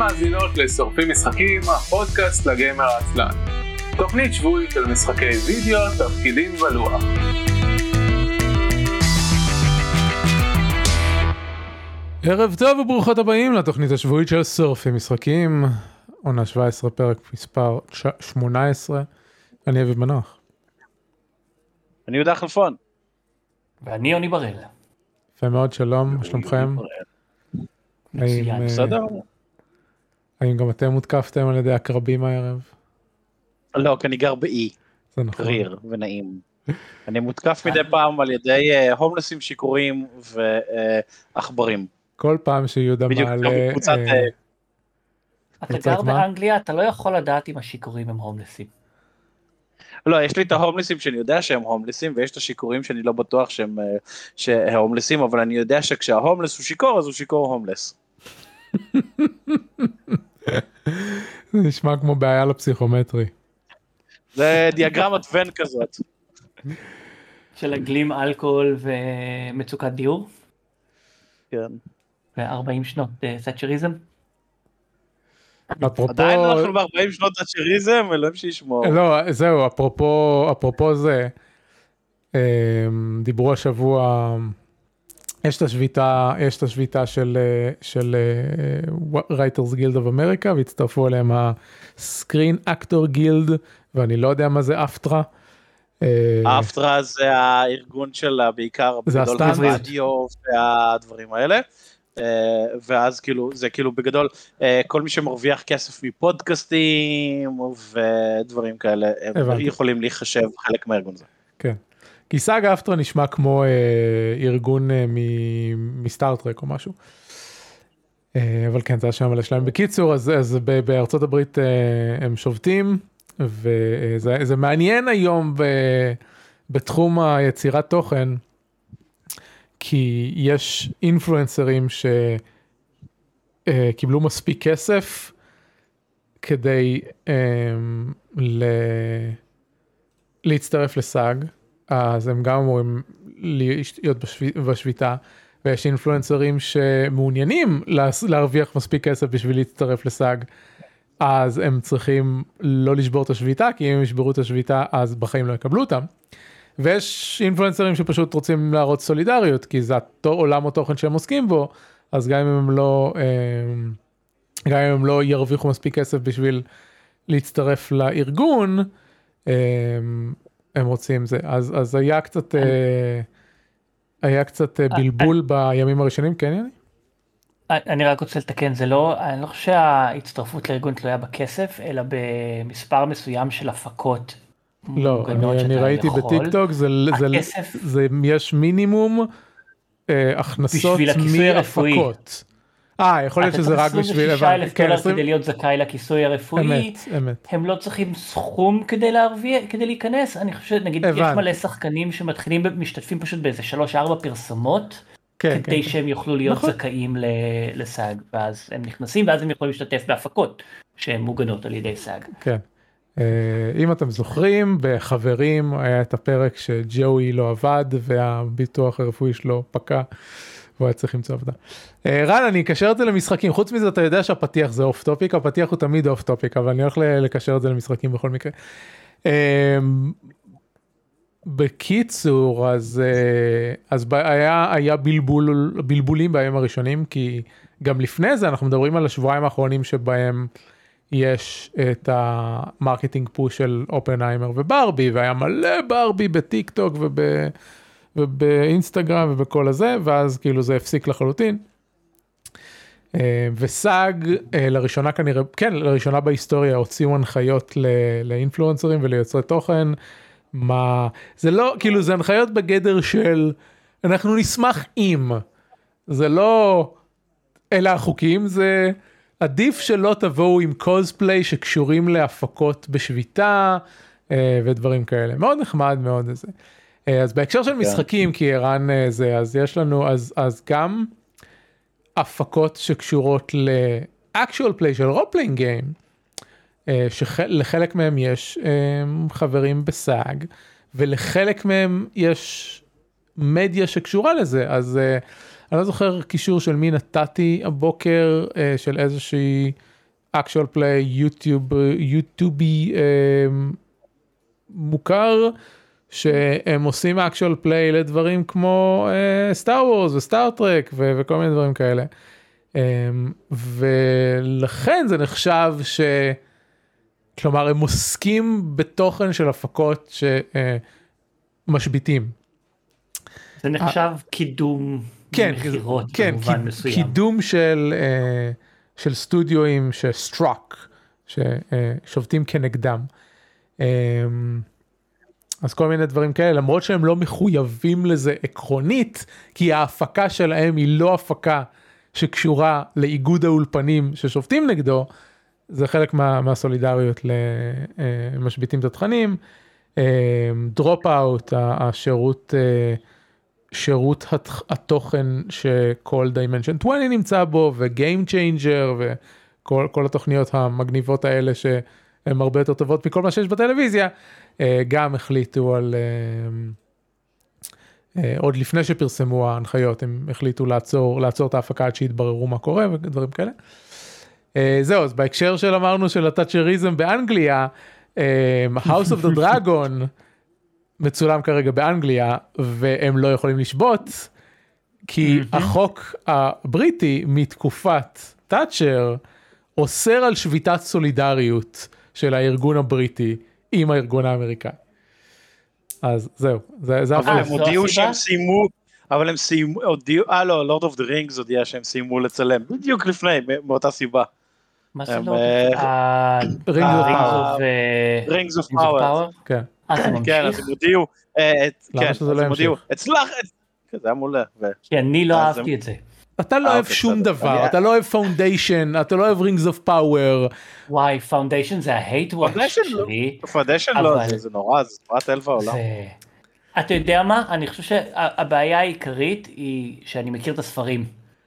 מאזינות לשורפים משחקים, הפודקאסט לגיימר העצלן. תוכנית שבועית על משחקי וידאו, תפקידים ולוח. ערב טוב וברוכות הבאים לתוכנית השבועית של שורפים משחקים, עונה 17 פרק מספר 18. אני אביב מנוח. אני יהודה חלפון. ואני יוני בראל. יפה מאוד, שלום, מה שלומכם? מצוין. בסדר? האם גם אתם מותקפתם על ידי הקרבים הערב? לא, כי אני גר באי. זה נכון. קריר ונעים. אני מותקף מדי פעם על ידי הומלסים שיכורים ועכברים. כל פעם שיהודה בדיוק מעלה... כמו קבוצת... אתה גר באנגליה, אתה לא יכול לדעת אם השיכורים הם הומלסים. לא, יש לי את ההומלסים שאני יודע שהם הומלסים, ויש את השיכורים שאני לא בטוח שהם הומלסים, אבל אני יודע שכשההומלס הוא שיקור, אז הוא שיקור הומלס. זה נשמע כמו בעיה לפסיכומטרי. זה דיאגרמת ון כזאת. של אקלים אלכוהול ומצוקת דיור? כן. ו-40 שנות סאצ'ריזם? עדיין אנחנו ב-40 שנות סאצ'ריזם, אלוהים שישמור. לא, זהו, אפרופו זה, דיברו השבוע, יש את השביתה של Writers Guild of America, והצטרפו אליהם ה-Screen Actor Guild, ואני לא יודע מה זה אפטרה. האפטרה זה הארגון של בעיקר בגדול רדיו והדברים האלה, ואז כאילו זה כאילו בגדול כל מי שמרוויח כסף מפודקאסטים ודברים כאלה הם יכולים להיחשב חלק מהארגון הזה. כן, כי סאגה אפטרה נשמע כמו ארגון מסטארטרק או משהו, אבל כן זה השם שלהם. בקיצור, אז בארצות הברית הם שובתים, וזה מעניין היום בתחום היצירת תוכן, כי יש אינפלואנסרים שקיבלו מספיק כסף כדי להצטרף לסאג, אז הם גם אמורים להיות בשביתה, ויש אינפלואנסרים שמעוניינים להרוויח מספיק כסף בשביל להצטרף לסאג, אז הם צריכים לא לשבור את השביתה, כי אם הם ישברו את השביתה, אז בחיים לא יקבלו אותם. ויש אינפלואנסרים שפשוט רוצים להראות סולידריות, כי זה עולם או תוכן שהם עוסקים בו, אז גם אם הם לא ירוויחו מספיק כסף בשביל להצטרף לארגון, הם רוצים זה. אז היה קצת בלבול בימים הראשונים, כן יוני? אני רק רוצה לתקן, אני לא חושב שההצטרפות לארגון תלויה בכסף, אלא במספר מסוים של הפקות. לא, אני ראיתי בטיקטוק, יש מינימום הכנסות מהפקות. יכול להיות שזה רק בשביל... $26,000 כדי להיות זכאי לכיסוי הרפואי, הם לא צריכים סכום כדי להיכנס. אני חושב, נגיד, יש מלא שחקנים שמתחילים, משתתפים פשוט באיזה 3-4 פרסומות, כדי שהם יוכלו להיות זכאים לסאג, ואז הם נכנסים, ואז הם יכולים להשתתף בהפקות שהן מוגנות על ידי סאג. כן. אם אתם זוכרים, בחברים היה את הפרק שג'וי לא עבד, והביטוח הרפואי שלו פקע, והוא היה צריך למצוא עבודה. רן, אני אקשר את זה למשחקים, חוץ מזה אתה יודע שהפתיח זה אוף טופיק, הפתיח הוא תמיד אוף טופיק, אבל אני הולך לקשר את זה למשחקים בכל מקרה. בקיצור, אז היה בלבולים בימים הראשונים, כי גם לפני זה אנחנו מדברים על השבועיים האחרונים שבהם יש את המרקטינג פוש של אופנהיימר וברבי, והיה מלא ברבי בטיק טוק ובאינסטגרם ובכל הזה, ואז כאילו זה הפסיק לחלוטין. וסאג לראשונה כנראה, כן, לראשונה בהיסטוריה הוציאו הנחיות לאינפלואנסרים וליוצרי תוכן, זה לא, כאילו זה הנחיות בגדר של אנחנו נשמח אם, זה לא אלה החוקים, זה עדיף שלא תבואו עם קוזפליי שקשורים להפקות בשביתה ודברים כאלה, מאוד נחמד מאוד זה. אז בהקשר של משחקים, כי ערן זה, אז יש לנו, אז גם הפקות שקשורות ל-actual play של role-playing game, שלחלק מהם יש חברים בסאג, ולחלק מהם יש מדיה שקשורה לזה, אז אני לא זוכר קישור של מי נתתי הבוקר, של איזושהי actual play יוטיובי מוכר, שהם עושים actual play לדברים כמו סטאר וורס וסטאר טרק וכל מיני דברים כאלה. ולכן זה נחשב כלומר, הם עוסקים בתוכן של הפקות שמשביטים. זה נחשב קידום מחירות במובן מסוים. קידום של סטודיואים שסטרוק, ששובתים כנגדם. אז כל מיני דברים כאלה, למרות שהם לא מחויבים לזה עקרונית, כי ההפקה שלהם היא לא הפקה שקשורה לאיגוד האולפנים ששובתים נגדו, זה חלק מהסולידריות למשביטים את התכנים. דרופ אאוט, שירות התוכן שכל דיימנשן 20 נמצא בו, וגיים צ'יינג'ר, וכל התוכניות המגניבות האלה שהן הרבה יותר טובות מכל מה שיש בטלוויזיה, גם החליטו על, עוד לפני שפרסמו ההנחיות, הם החליטו לעצור את ההפקה עד שהתבררו מה קורה ודברים כאלה. זהו, אז בהקשר של אמרנו של הטאצ'ריזם באנגליה, House of the Dragon מצולם כרגע באנגליה, והם לא יכולים לשבות, כי החוק הבריטי מתקופת תאצ'ר, אוסר על שביתת סולידריות של הארגון הבריטי עם הארגון האמריקאי. אז זהו, זה אבל הם הודיעו שהם סיימו, אבל הם סיימו, לא, לורד אוף דה רינגס הודיע שהם סיימו לצלם, בדיוק לפני, מאותה סיבה. מה זה לא? רינגס אוף פאוור. כן. אז הם הודיעו, הצלח, זה היה מולה. כי אני לא אהבתי את זה. אתה לא אוהב שום דבר, אתה לא אוהב פאונדיישן, אתה לא אוהב רינגס אוף פאוור. וואי, פאונדיישן זה ההייט וואט שלי. פאונדיישן לא, זה נורא, זה פרט אלף העולם. אתה יודע מה? אני חושב שהבעיה העיקרית היא שאני מכיר את הספרים.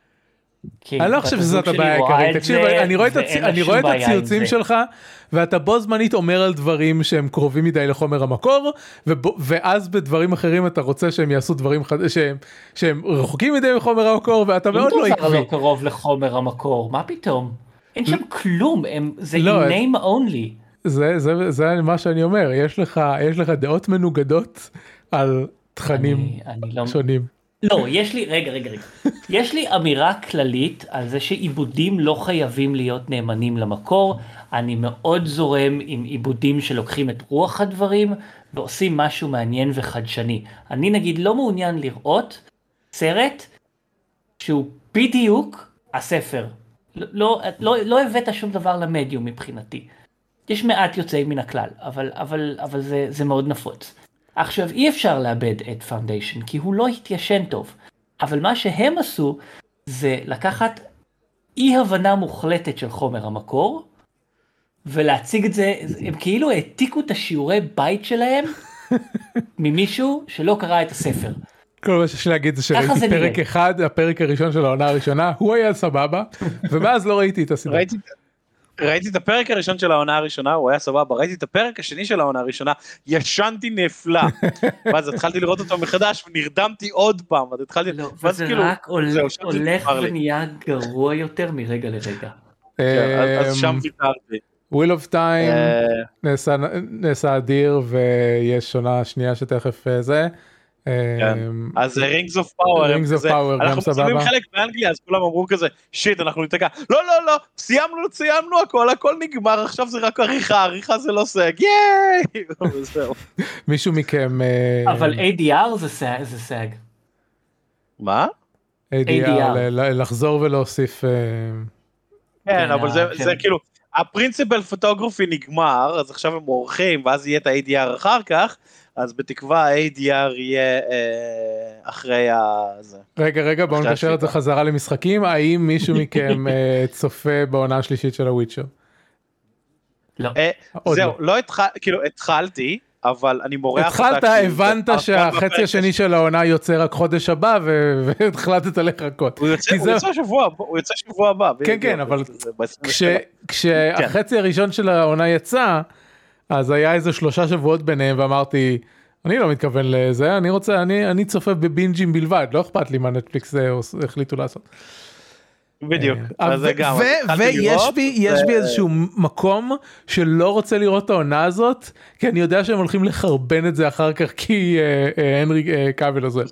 אני לא חושב שזאת הבעיה העיקרית, תקשיב, אני רואה את הציוצים שלך, ואתה בו זמנית אומר על דברים שהם קרובים מדי לחומר המקור, ואז בדברים אחרים אתה רוצה שהם יעשו דברים שהם רחוקים מדי מחומר המקור, ואתה מאוד לא עקבי. זה לא קרוב לחומר המקור, מה פתאום? אין שם כלום, זה name only. זה מה שאני אומר, יש לך דעות מנוגדות על תכנים שונים. לא, יש לי, רגע, יש לי אמירה כללית על זה שעיבודים לא חייבים להיות נאמנים למקור, אני מאוד זורם עם עיבודים שלוקחים את רוח הדברים, ועושים משהו מעניין וחדשני. אני נגיד לא מעוניין לראות סרט שהוא בדיוק הספר. לא הבאת שום דבר למדיום מבחינתי. יש מעט יוצאים מן הכלל, אבל זה מאוד נפוץ. עכשיו אי אפשר לאבד את פאונדיישן, כי הוא לא התיישן טוב. אבל מה שהם עשו, זה לקחת אי הבנה מוחלטת של חומר המקור, ולהציג את זה, הם כאילו העתיקו את השיעורי בית שלהם, ממישהו שלא קרא את הספר. כל מה שיש להגיד זה שראיתי פרק אחד, הפרק הראשון של העונה הראשונה, הוא היה סבבה, ומאז לא ראיתי את הסדרה. ראיתי את הפרק הראשון של העונה הראשונה, הוא היה סבבה, ראיתי את הפרק השני של העונה הראשונה, ישנתי נפלא, ואז התחלתי לראות אותו מחדש, ונרדמתי עוד פעם, לא, וזה רק הולך ונהיה גרוע יותר מרגע לרגע. אז שם ויתרתי. וויל אוף טיים נעשה אדיר, ויש עונה שנייה שתכף זה. אז רינגס אוף פאוור, אנחנו מצלמים חלק באנגליה, אז כולם אמרו כזה, שיט, אנחנו נתקע, לא, סיימנו הכל נגמר, עכשיו זה רק עריכה זה לא סאג, ייי! מישהו מכם... אבל ADR זה סאג. מה? ADR, לחזור ולהוסיף... כן, אבל זה כאילו, הפרינציפל פוטוגרפי נגמר, אז עכשיו הם עורכים, ואז יהיה את ה-ADR אחר כך, אז בתקווה ה-ADR יהיה אחרי זה. רגע, בואו נקשר את זה חזרה למשחקים, האם מישהו מכם צופה בעונה השלישית של הוויצ'ר? לא. זהו, לא התחלתי, אבל אני מורח אותה. התחלת, הבנת שהחצי השני של העונה יוצא רק חודש הבא, והחלטת לחכות. הוא יוצא שבוע הבא. כן, אבל כשהחצי הראשון של העונה יצא, אז היה איזה 3 שבועות ביניהם, ואמרתי, אני לא מתכוון לזה, אני צופה בבינג'ים בלבד, לא אכפת לי מה נטפליקס החליטו לעשות. בדיוק. ויש בי איזשהו מקום שלא רוצה לראות את העונה הזאת, כי אני יודע שהם הולכים לחרבן את זה אחר כך, כי הנרי קאבל עוזב.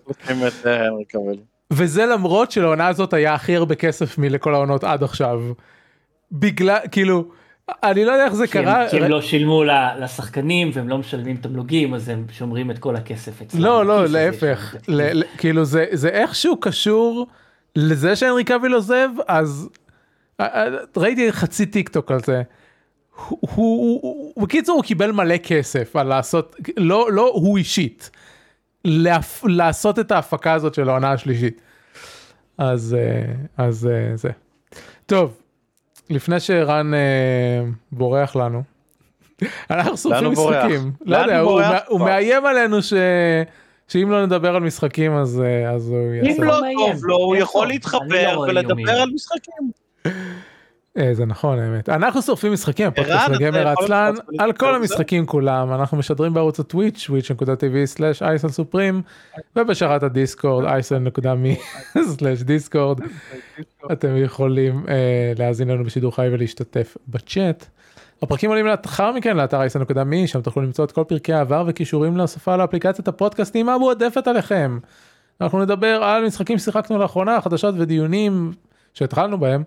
וזה למרות שלעונה הזאת היה הכי הרבה כסף מלכל העונות עד עכשיו. בגלל, כאילו, אני לא יודע איך זה קרה. כי הם לא שילמו לשחקנים, והם לא משלמים תמלוגים, אז הם שומרים את כל הכסף אצלם. לא, להפך. כאילו, זה איכשהו קשור לזה שהנרי קאביל עוזב, אז ראיתי חצי טיק טוק על זה. בקיצור, הוא קיבל מלא כסף על לעשות, לא הוא אישית, לעשות את ההפקה הזאת של העונה השלישית. אז זה. טוב. לפני שרן בורח לנו, אנחנו שורפים משחקים. לא יודע, הוא מאיים עלינו שאם לא נדבר על משחקים, אז הוא יעשה. אם לא טוב לו, הוא יכול להתחבר ולדבר על משחקים. זה נכון, האמת. אנחנו שורפים משחקים, הפודקאסט לגמר עצלן, על כל המשחקים כולם. אנחנו משדרים בערוץ הטוויץ', twitch.tv/icelandsupreme, ובשרת הדיסקורד, iceland.me/discord. אתם יכולים להאזין לנו בשידור חי ולהשתתף בצ'אט. הפרקים עולים לאחר מכן לאתר iceland.me, שם תוכלו למצוא את כל פרקי העבר וקישורים להוספה לאפליקציית הפודקאסטים המועדפת עליכם. אנחנו נדבר על משחקים ששיחקנו לאחרונה, חדשות ודיונים שהתחלנו בהם.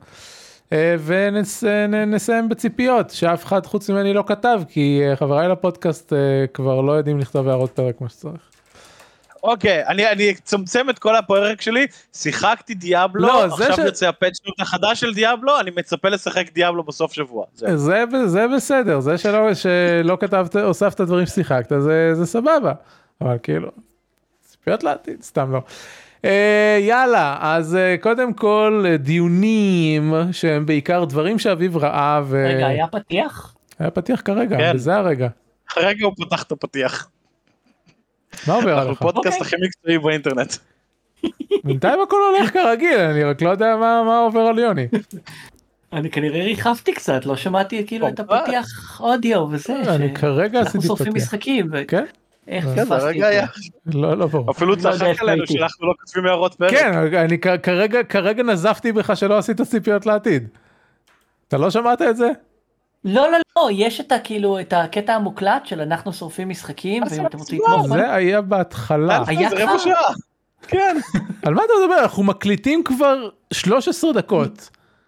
ונסיים בציפיות שאף אחד חוץ ממני לא כתב, כי חבריי לפודקאסט כבר לא יודעים לכתוב הערות פרק כמו שצריך. אוקיי, אני אצמצם את כל הפרק שלי, שיחקתי דיאבלו, עכשיו יוצא הפאץ' החדש של דיאבלו, אני מצפה לשחק דיאבלו בסוף שבוע. זה בסדר, זה שלא כתבת, הוספת דברים ששיחקת, זה סבבה, אבל כאילו, ציפיות לעתיד, סתם לא. יאללה, אז קודם כל דיונים שהם בעיקר דברים שאביב ראה רגע, היה פתיח? היה פתיח כרגע, וזה הרגע. כרגע הוא פתח את הפתיח. מה עובר עליך? אנחנו פודקאסט הכי מקצועי באינטרנט. בינתיים הכל הולך כרגיל, אני רק לא יודע מה עובר על יוני. אני כנראה ריחפתי קצת, לא שמעתי כאילו את הפתיח אודיו וזה. אני כרגע עשיתי פתיח. אנחנו שורפים משחקים. כן? איך פספסתי את זה? לא ברור. אפילו צחק עלינו שאנחנו לא כותבים הערות פרק. כן, אני כרגע נזפתי בך שלא עשית ציפיות לעתיד. אתה לא שמעת את זה? לא, יש את הקטע המוקלט של אנחנו שורפים משחקים, ואם אתם רוצים לתמוך. זה היה בהתחלה. היה כבר? כן. על מה אתה מדבר? אנחנו מקליטים כבר 13 דקות.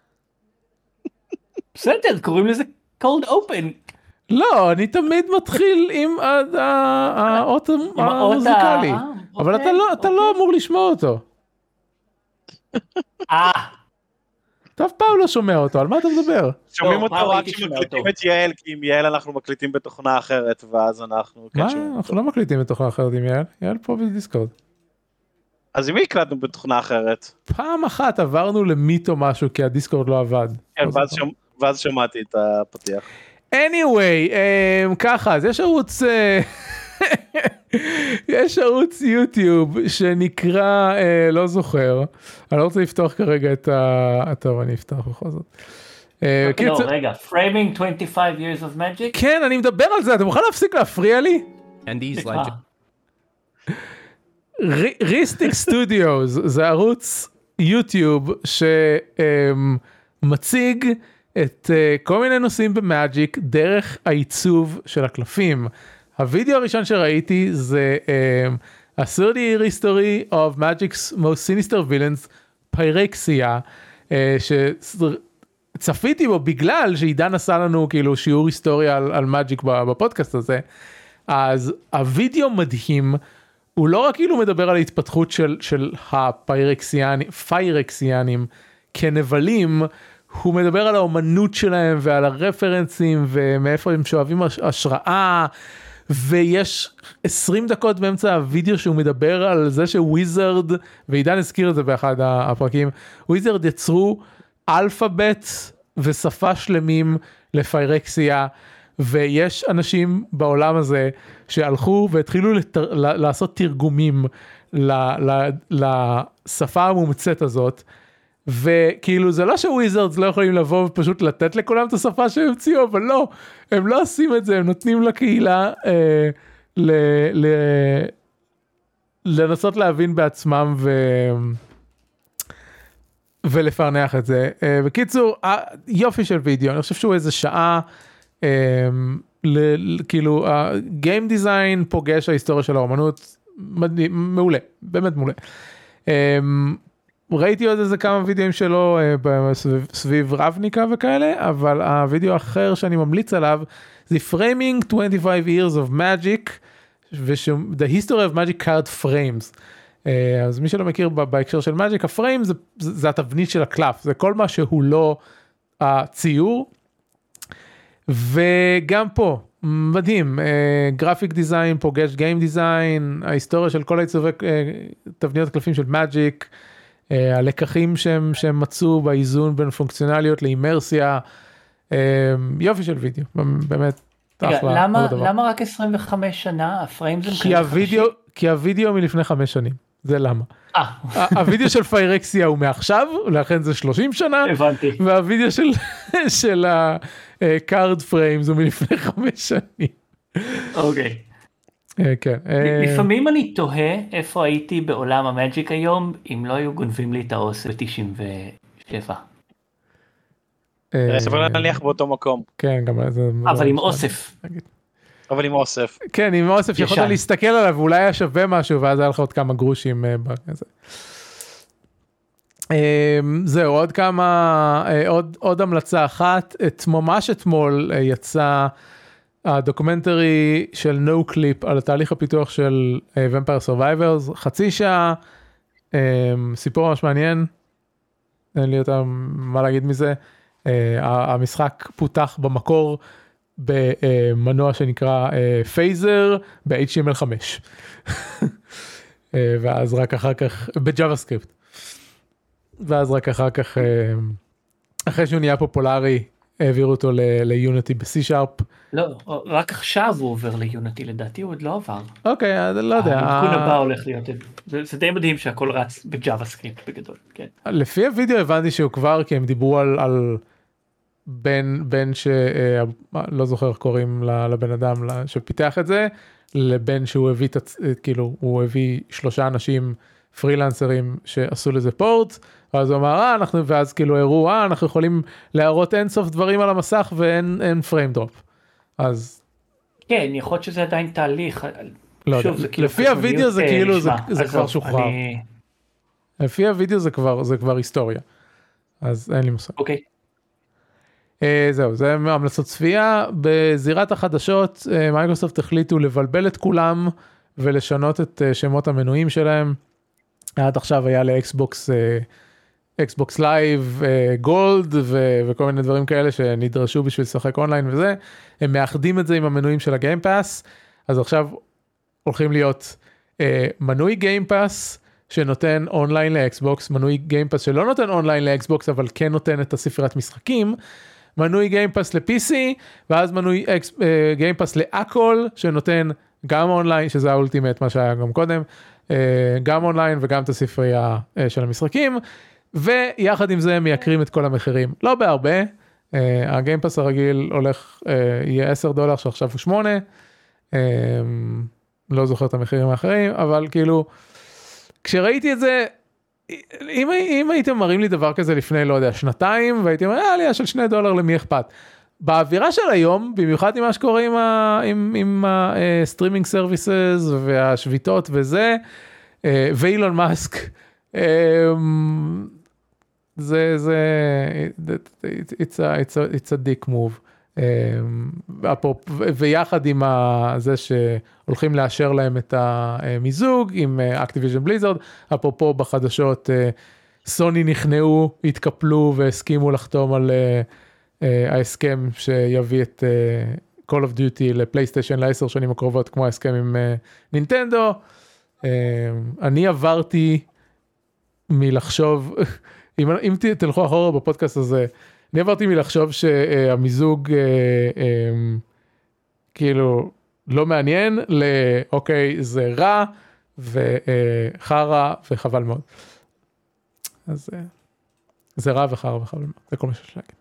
בסדר, קוראים לזה cold open. לא, אני תמיד מתחיל עם האות המוזיקלי, אבל אתה לא אמור לשמוע אותו. אתה אף פעם לא שומע אותו, על מה אתה מדבר? שומעים אותו רק כשמקליטים את יעל, כי עם יעל אנחנו מקליטים בתוכנה אחרת, ואז אנחנו... מה? אנחנו לא מקליטים בתוכנה אחרת עם יעל, יעל פה בדיסקורד. אז עם מי הקלטנו בתוכנה אחרת? פעם אחת עברנו למיט או משהו, כי הדיסקורד לא עבד. כן, ואז שמעתי את הפתיח. anyway, ככה, אז יש ערוץ יוטיוב שנקרא, לא זוכר, אני לא רוצה לפתוח כרגע טוב, אני אפתח בכל זאת. לא, רגע, Framing 25 Years of Magic? כן, אני מדבר על זה, אתה מוכן להפסיק להפריע לי? ריסטיק סטודיוס, זה ערוץ יוטיוב שמציג את כל מיני נושאים במאג'יק דרך העיצוב של הקלפים. הווידאו הראשון שראיתי זה a 30-year history of Magic's most sinister villains, פיירקסיה, שצפיתי בו בגלל שעידן עשה לנו כאילו שיעור היסטוריה על מאג'יק בפודקאסט הזה. אז הווידאו מדהים, הוא לא רק כאילו מדבר על ההתפתחות של הפיירקסיאנים כנבלים, הוא מדבר על האומנות שלהם ועל הרפרנסים ומאיפה הם שואבים השראה, ויש 20 דקות באמצע הווידאו שהוא מדבר על זה שוויזרד, ועידן הזכיר את זה באחד הפרקים, וויזרד יצרו אלפאבית ושפה שלמים לפיירקסיה, ויש אנשים בעולם הזה שהלכו והתחילו לעשות תרגומים לשפה המומצאת הזאת, וכאילו זה לא שוויזרדס לא יכולים לבוא ופשוט לתת לכולם את השפה שהם המציאו, אבל לא, הם לא עושים את זה, הם נותנים לקהילה לנסות להבין בעצמם ולפרנח את זה. בקיצור, יופי של וידאו, אני חושב שהוא איזה שעה, כאילו, גיים דיזיין פוגש ההיסטוריה של האומנות, מעולה, באמת מעולה. ראיתי עוד איזה כמה וידאוים שלו סביב רבניקה וכאלה, אבל הוידאו האחר שאני ממליץ עליו, זה Framing 25 Years of Magic, The History of Magic Card Frames. אז מי שלא מכיר בהקשר של Magic, הפריים זה התבנית של הקלף, זה כל מה שהוא לא הציור, וגם פה, מדהים, גרפיק דיזיין פוגש גיים דיזיין, ההיסטוריה של כל העיצובי תבניות הקלפים של Magic, הלקחים שהם מצאו באיזון בין פונקציונליות לאימרסיה, יופי של וידאו, באמת אחלה. למה רק 25 שנה? הפריים זה כי הוידאו מלפני 5 שנים, זה למה. הוידאו של פיירקסיה הוא מעכשיו, לכן זה 30 שנה, והוידאו של הקארד פריימס הוא מלפני 5 שנים. אוקיי. כן. לפעמים אני תוהה איפה הייתי בעולם המאג'יק היום, אם לא היו גונבים לי את האוסף ב-97. סביר להניח באותו מקום. כן, גם זה... אבל עם אוסף. אבל עם אוסף. כן, עם אוסף יכולת להסתכל עליו, ואולי היה שווה משהו, ואז היה לך עוד כמה גרושים בזה. זהו, עוד כמה, עוד המלצה אחת, ממש אתמול יצא הדוקומנטרי של NoClip על התהליך הפיתוח של Vampire Survivors, חצי שעה, סיפור ממש מעניין, אין לי יותר מה להגיד מזה, המשחק פותח במקור במנוע שנקרא פייזר ב-HTML5, ואז רק אחר כך, בג'אווה-סקריפט, ואז רק אחר כך, אחרי שהוא נהיה פופולרי, העבירו אותו ליוניטי ב-C#. לא, רק עכשיו הוא עובר ליוניטי, לדעתי הוא עוד לא עבר. אוקיי, אני לא יודע. העדכון הבא הולך להיות, זה די מדהים שהכל רץ בג'אווה-סקריפט בגדול, כן. לפי הוידאו הבנתי שהוא כבר, כי הם דיברו על בין לא זוכר איך קוראים לבן אדם שפיתח את זה, לבין שהוא הביא, כאילו, הוא הביא 3 אנשים פרילנסרים שעשו לזה פורט, ואז הוא אמר, ואז כאילו הראו, אנחנו יכולים להראות אינסוף דברים על המסך ואין פריים דרופ. אז... כן, יכול להיות שזה עדיין תהליך. לא, לפי הוידאו זה כאילו, זה כבר שוחרר. לפי הוידאו זה כבר היסטוריה. אז אין לי מושג. אוקיי. זהו, זה המלצות צפייה. בזירת החדשות, מייקרוסופט החליטו לבלבל את כולם, ולשנות את שמות המנויים שלהם. עד עכשיו היה לאקסבוקס, אקסבוקס לייב, גולד, וכל מיני דברים כאלה שנדרשו בשביל לשחק אונליין וזה. הם מאחדים את זה עם המנויים של הגיימפאס, אז עכשיו הולכים להיות מנוי גיימפאס, שנותן אונליין לאקסבוקס, מנוי גיימפאס שלא נותן אונליין לאקסבוקס, אבל כן נותן את הספריית משחקים, מנוי גיימפאס ל-PC, ואז מנוי גיימפאס להכל, שנותן גם אונליין, שזה האולטימט, מה שהיה גם קודם, גם אונליין וגם את הספרייה של המשחקים, ויחד עם זה מייקרים את כל המחירים. לא בהרבה, הגיימפאס הרגיל הולך, יהיה $10, שעכשיו הוא $8, לא זוכר את המחירים האחרים, אבל כאילו, כשראיתי את זה, אם הייתם מראים לי דבר כזה לפני, לא יודע, 2 והייתי אומר, עלייה של $2 למי אכפת. באווירה של היום, במיוחד עם מה שקורה עם הסטרימינג סרוויסס והשביתות וזה, ואילון מאסק, it's a dick move. ויחד עם זה שהולכים לאשר להם את המיזוג עם Activision Blizzard, אפרופו בחדשות, סוני נכנעו, התקפלו והסכימו לחתום על ההסכם שיביא את Call of Duty לפלייסטיישן ל10 שנים הקרובות, כמו ההסכם עם נינטנדו. אני עברתי מלחשוב, אם תלכו אחורה בפודקאסט הזה, אני עברתי מלחשוב שהמיזוג כאילו לא מעניין, אוקיי, זה רע וחרא וחבל מאוד. אז זה רע וחרא וחבל מאוד, זה כל מה שיש להגיד.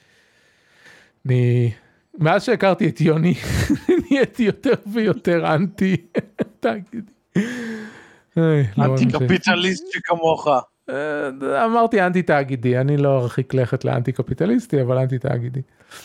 מאז שהכרתי את יוני, נהייתי יותר ויותר אנטי, תגידי. אנטי קפיטליסט שכמוך. אמרתי אנטי תאגידי, אני לא ארחיק לכת לאנטי קפיטליסטי, אבל אנטי תאגידי.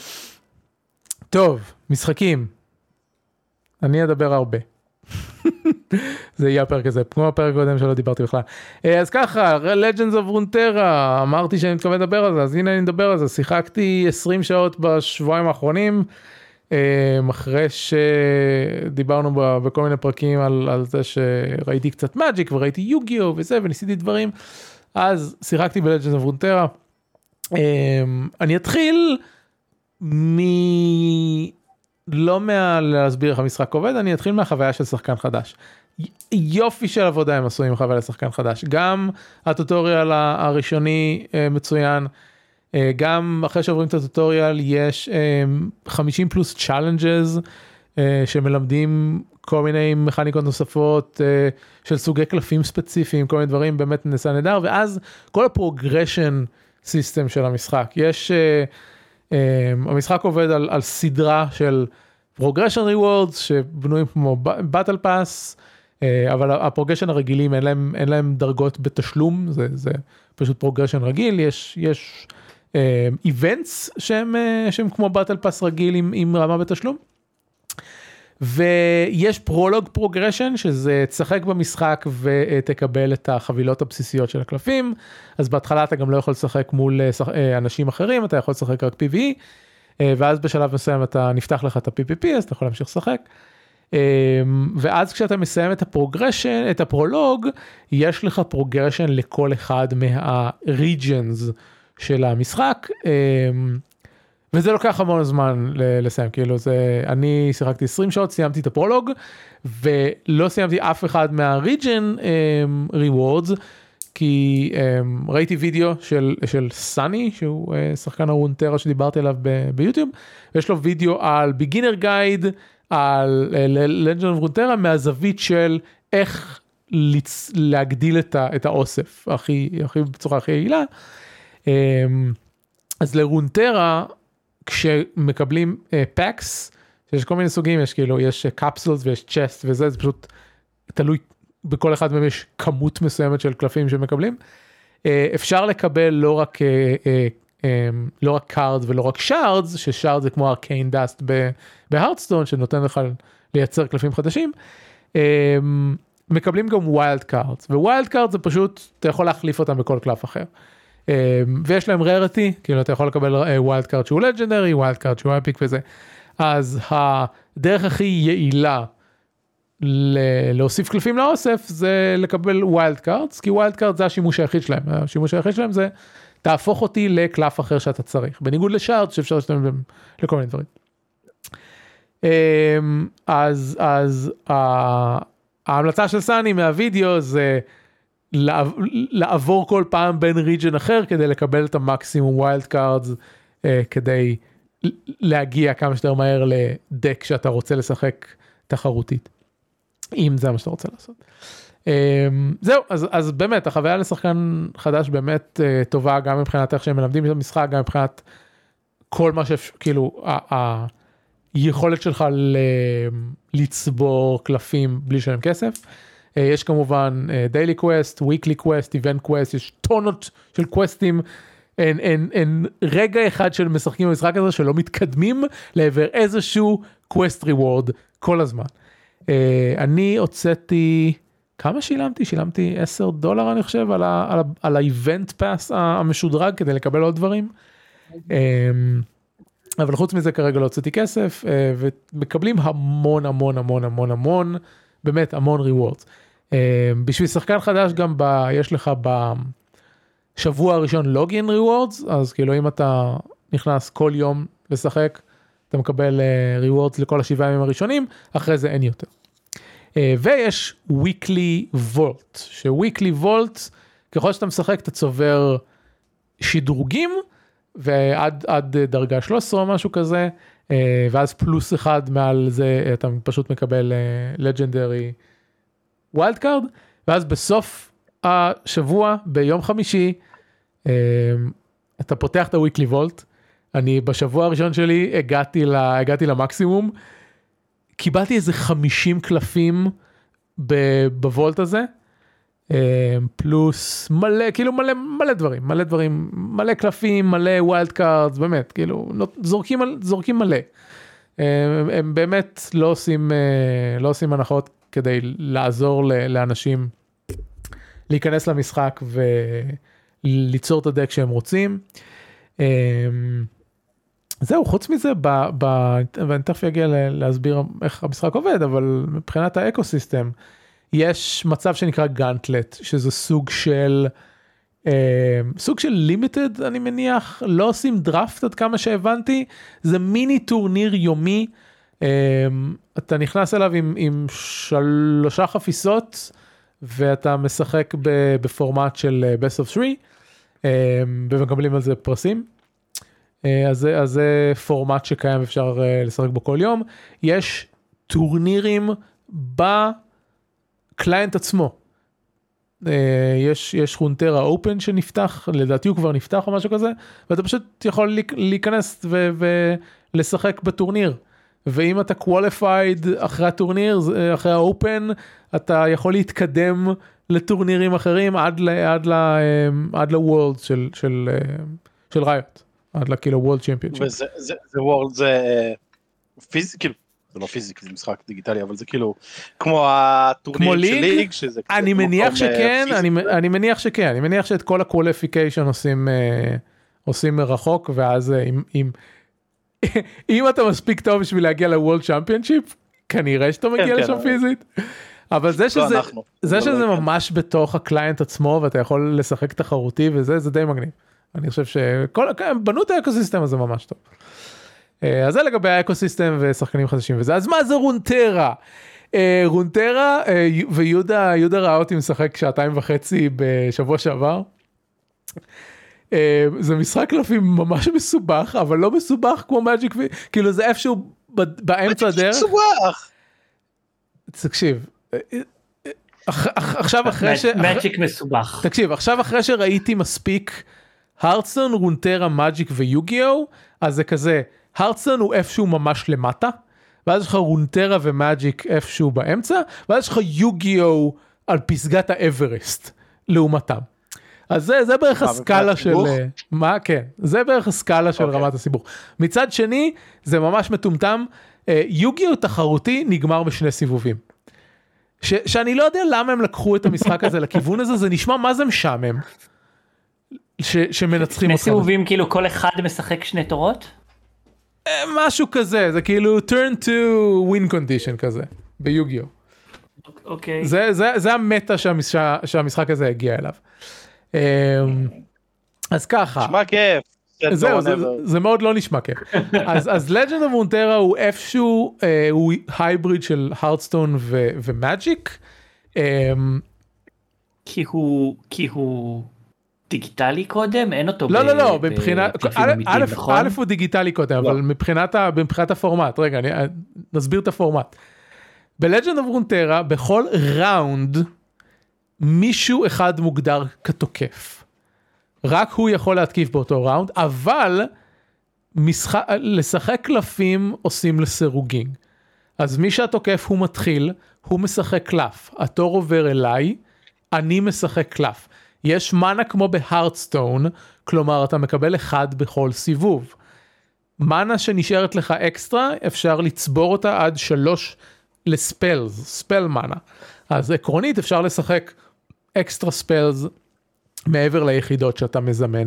טוב, משחקים. אני אדבר הרבה. זה יהיה הפרק הזה, כמו הפרק קודם שלא דיברתי בכלל. אז ככה, Legends of Runeterra, אמרתי שאני מתכוון לדבר על זה, אז הנה אני מדבר על זה, שיחקתי 20 שעות בשבועיים האחרונים, אחרי שדיברנו בכל מיני פרקים על זה שראיתי קצת מג'יק, וראיתי יוגיו וזה, וניסיתי דברים, אז שיחקתי ב-Legends of Runeterra. אני אתחיל לא להסביר איך המשחק עובד, אני אתחיל מהחוויה של שחקן חדש. יופי של עבודה הם עשו עם חוויה לשחקן חדש. גם הטוטוריאל הראשוני מצוין, גם אחרי שעוברים את הטוטוריאל יש 50 פלוס challenges שמלמדים כל מיני מכניקות נוספות של סוגי קלפים ספציפיים, כל מיני דברים באמת נעשה נהדר, ואז כל הפרוגרשן סיסטם של המשחק. המשחק עובד על סדרה של progression rewards שבנויים כמו battle pass, אבל הפרוגרשן הרגילים אין להם דרגות בתשלום, זה פשוט progression רגיל, יש events שהם כמו battle pass רגיל עם רמה בתשלום, ויש prologue progression שזה תשחק במשחק ותקבל את החבילות הבסיסיות של הקלפים, אז בהתחלה אתה גם לא יכול לשחק מול אנשים אחרים, אתה יכול לשחק רק PvE, ואז בשלב מסוים אתה נפתח לך את ה-PPP, אז אתה יכול להמשיך לשחק, ואז כשאתה מסיים את הפרוגרשן, את הפרולוג, יש לך פרוגרשן לכל אחד מה-regions של המשחק, וזה לוקח המון זמן לסיים, כאילו אני שיחקתי 20 שעות, סיימתי את הפרולוג, ולא סיימתי אף אחד מה-region rewards, כי ראיתי וידאו של סני, שהוא שחקן הרונטרה שדיברתי עליו ביוטיוב, ויש לו וידאו על beginner guide, על Legend of Runeterra, מהזווית של איך להגדיל את האוסף, בצורה הכי יעילה. אז לרונטרה, כשמקבלים פאקס, יש כל מיני סוגים, יש קפסולס ויש צ'סט וזה, זה פשוט תלוי, בכל אחד מהם יש כמות מסוימת של קלפים שמקבלים. אפשר לקבל לא רק קארדס ולא רק שרדס, ששרד זה כמו ארקיין דאסט בהרדסטון, שנותן לך לייצר קלפים חדשים. מקבלים גם ווילד קארדס, ווילד קארדס זה פשוט, אתה יכול להחליף אותם בכל קלף אחר. ויש להם רריטי, כאילו אתה יכול לקבל ווילד קארד שהוא לג'נדרי, ווילד קארד שהוא אפיק וזה. אז הדרך הכי יעילה להוסיף קלפים לאוסף, זה לקבל ווילד קארדס, כי ווילד קארד זה השימוש היחיד שלהם. השימוש היחיד שלהם זה, תהפוך אותי לקלף אחר שאתה צריך. בניגוד לשארד, שאפשר להשתמש לכל מיני דברים. אז ההמלצה של סני מהווידאו זה, לעבור כל פעם בין ריג'ן אחר, כדי לקבל את המקסימום ווילד קארדס, כדי להגיע כמה שיותר מהר לדק שאתה רוצה לשחק תחרותית, אם זה מה שאתה רוצה לעשות. זהו, אז באמת, החוויה לשחקן חדש באמת טובה, גם מבחינת איך שהם מלמדים את המשחק, גם מבחינת כל מה כאילו, היכולת שלך לצבור קלפים בלי לשלם כסף. יש כמובן daily quest, weekly quest, event quest, יש טונות של קווסטים, אין רגע אחד של משחקים במשחק הזה שלא מתקדמים לעבר איזשהו quest reward כל הזמן. אני הוצאתי, כמה שילמתי? שילמתי $10 אני חושב על ה-event pass המשודרג כדי לקבל עוד דברים. אבל חוץ מזה כרגע לא הוצאתי כסף, ומקבלים המון המון המון המון המון, באמת המון rewards. בשביל שחקן חדש גם יש לך בשבוע הראשון לוגין rewards, אז כאילו אם אתה נכנס כל יום לשחק, אתה מקבל rewards לכל 7 ימים הראשונים, אחרי זה אין יותר. ויש weekly vault, ש-weekly vault, ככל שאתה משחק אתה צובר שדרוגים, ועד דרגה 13 או משהו כזה, ואז פלוס אחד מעל זה אתה פשוט מקבל legendary ווילד קארד, ואז בסוף השבוע, ביום חמישי, אתה פותח את הוויקלי וולט, אני בשבוע הראשון שלי הגעתי למקסימום, קיבלתי איזה 50 קלפים בוולט הזה, פלוס מלא, כאילו מלא דברים, מלא קלפים, מלא ווילד קארדס, באמת, כאילו, זורקים מלא. הם באמת לא עושים הנחות כדי לעזור לאנשים להיכנס למשחק וליצור את הדק שהם רוצים. זהו, חוץ מזה, ואני תכף אגיע להסביר איך המשחק עובד, אבל מבחינת האקוסיסטם, יש מצב שנקרא גאנטלט, שזה סוג של לימיטד, אני מניח, לא עושים דראפט עד כמה שהבנתי, זה מיני טורניר יומי, אתה נכנס אליו עם 3 חפיסות, ואתה משחק בפורמט של best of 3, ומקבלים על זה פרסים, אז זה פורמט שקיים, אפשר לשחק בו כל יום, יש טורנירים בקליינט עצמו, יש רונטרה אופן שנפתח, לדעתי הוא כבר נפתח או משהו כזה, ואתה פשוט יכול להיכנס ולשחק בטורניר, ואם אתה qualified אחרי הטורניר, אחרי האופן, אתה יכול להתקדם לטורנירים אחרים עד לוורלד של ריוט, עד לכאילו וורלד צ'מפיונשיפ. וזה וורלד, זה פיזי, כאילו, זה לא פיזי, זה משחק דיגיטלי, אבל זה כאילו, כמו הטורניר של ליג, שזה אני מניח שכן, אני מניח שאת כל הקווליפיקיישן עושים מרחוק, ואז אם אתה מספיק טוב בשביל להגיע לוורלד צ'מפיונשיפ, כנראה שאתה מגיע לשם פיזית, אבל זה שזה ממש בתוך הקליינט עצמו, ואתה יכול לשחק תחרותי, וזה די מגניב. אני חושב שהם בנו את האקוסיסטם הזה ממש טוב. אז זה לגבי האקוסיסטם ושחקנים חדשים וזה. אז מה זה רונטרה? רונטרה, ויהודה ראה אותי משחק 2.5 בשבוע שעבר. זה משחק קלפים ממש מסובך, אבל לא מסובך כמו מג'יק, כאילו זה איפשהו באמצע הדרך. מסובך. תקשיב, עכשיו אחרי מג'יק מסובך. תקשיב, עכשיו אחרי שראיתי מספיק הרדסטון, רונטרה, מג'יק ויוגיו, אז זה כזה, הרדסטון הוא איפשהו ממש למטה, ואז יש לך רונטרה ומג'יק איפשהו באמצע, ואז יש לך יוגיו על פסגת האברסט, לעומתם. אז זה בערך הסקאלה של... מה? כן, זה בערך הסקאלה של רמת הסיבוך. מצד שני, זה ממש מטומטם, יוגיו תחרותי נגמר בשני סיבובים. שאני לא יודע למה הם לקחו את המשחק הזה לכיוון הזה, זה נשמע מה זה משעמם. שמנצחים אותך. שני סיבובים כאילו כל אחד משחק 2 תורות? משהו כזה, זה כאילו turn to win condition כזה, ביוגיו. אוקיי. זה המטה שהמשחק הזה הגיע אליו. אז ככה. נשמע כיף. זהו, זה מאוד לא נשמע כיף. אז Legend of Runeterra הוא איפשהו, הוא הייבריד של הרדסטון ומאג'יק. כי הוא דיגיטלי קודם? אין אותו לא, א' הוא דיגיטלי קודם, אבל מבחינת הפורמט, רגע, נסביר את הפורמט. ב-Legend of Runeterra, בכל ראונד, מישהו אחד מוגדר כתוקף. רק הוא יכול להתקיף באותו ראונד, אבל לשחק קלפים עושים לסירוגין. אז מי שהתוקף הוא מתחיל, הוא משחק קלף. התור עובר אליי, אני משחק קלף. יש מנה כמו בהרדסטון, כלומר אתה מקבל 1 בכל סיבוב. מנה שנשארת לך אקסטרה, אפשר לצבור אותה עד 3 לספלס, ספל מנה. אז עקרונית אפשר לשחק אקסטרה ספלס, מעבר ליחידות שאתה מזמן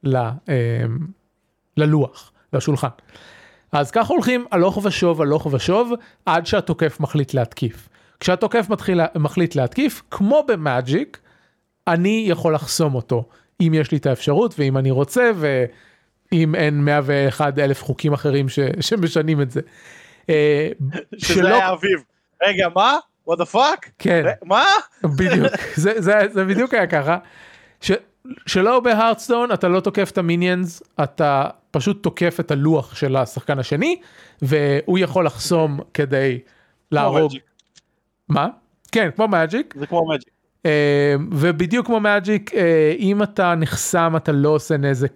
ללוח, לשולחן. אז ככה הולכים הלוך ושוב, עד שהתוקף מחליט להתקיף. כשהתוקף מחליט להתקיף, כמו במאג'יק, אני יכול לחסום אותו, אם יש לי את האפשרות, ואם אני רוצה, ואם אין 101,000 חוקים אחרים שמשנים את זה. שזה היה אביב. רגע, מה? What the fuck? כן. מה? בדיוק. זה בדיוק היה ככה. שלא בהרדסטון, אתה לא תוקף את המיניאנס, אתה פשוט תוקף את הלוח של השחקן השני, והוא יכול לחסום כדי להרוג. מה? כן, כמו מאג'יק. זה כמו מאג'יק. ובדיוק כמו מאג'יק, אם אתה נחסם, אתה לא עושה נזק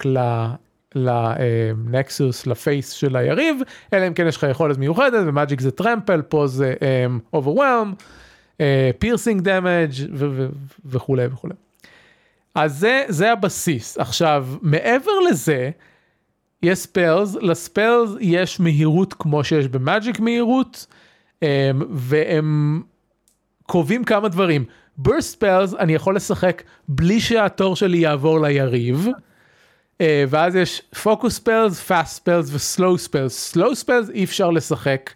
לנקסוס, לפייס של היריב, אלא אם כן יש לך יכולת מיוחדת, ומאג'יק זה טרמפל, פה זה overwhelm, פירסינג דמג' וכו' וכו'. אז זה הבסיס. עכשיו, מעבר לזה, יש ספלס, לספלס יש מהירות כמו שיש במאג'יק מהירות, והם קובעים כמה דברים. burst spells אני יכול לשחק בלי שהתור שלי יעבור ליריב, ואז יש focus spells, fast spells ו-slow spells. slow spells אי אפשר לשחק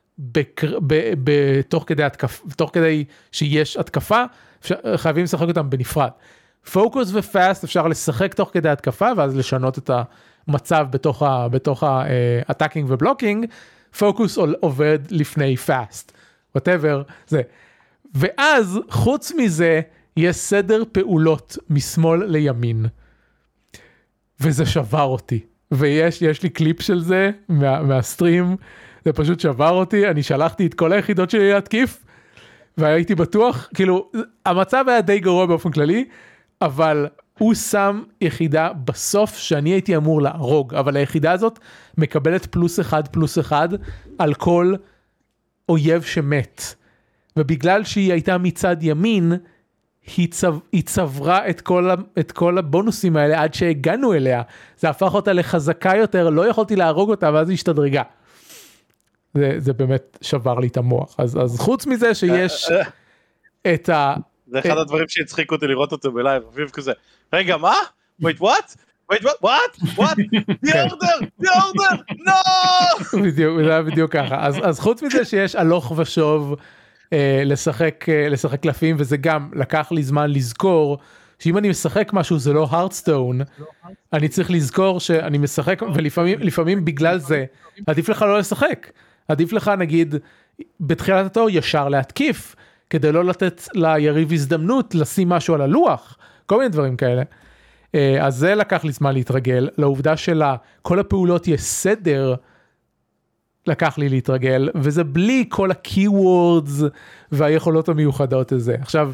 תוך כדי שיש התקפה, חייבים לשחק אותם בנפרד. focus ו-fast אפשר לשחק תוך כדי התקפה, ואז לשנות את המצב בתוך ה-attacking ו-blocking. focus עובד לפני fast, whatever זה. ואז חוץ מזה יש סדר פעולות משמאל לימין, וזה שבר אותי, ויש לי קליפ של זה מהסטרים, זה פשוט שבר אותי. אני שלחתי את כל היחידות שלי להתקיף, והייתי בטוח, כאילו המצב היה די גרוע באופן כללי, אבל הוא שם יחידה בסוף שאני הייתי אמור להרוג, אבל היחידה הזאת מקבלת +1/+1 על כל אויב שמת, ובגלל שהיא הייתה מצד ימין, היא צברה את כל הבונוסים האלה עד שהגענו אליה, זה הפך אותה לחזקה יותר, לא יכולתי להרוג אותה, ואז היא השתדרגה. זה באמת שבר לי את המוח. אז חוץ מזה שיש את ה... זה אחד הדברים שהצחיק אותי לראות אותו בלייב, אביב כזה, רגע, מה? wait, what? wait, what? the order, no! בדיוק, זה היה בדיוק ככה. אז חוץ מזה שיש הלוך ושוב לשחק קלפים, וזה גם לקח לי זמן לזכור, שאם אני משחק משהו זה לא הרדסטון, אני צריך לזכור שאני משחק, ולפעמים בגלל זה, עדיף לך לא לשחק. עדיף לך נגיד, בתחילת התור ישר להתקיף, כדי לא לתת ליריב הזדמנות לשים משהו על הלוח, כל מיני דברים כאלה. אז זה לקח לי זמן להתרגל, לעובדה כל הפעולות יש סדר, לקח לי להתרגל, וזה בלי כל ה-keywords והיכולות המיוחדות הזה. עכשיו,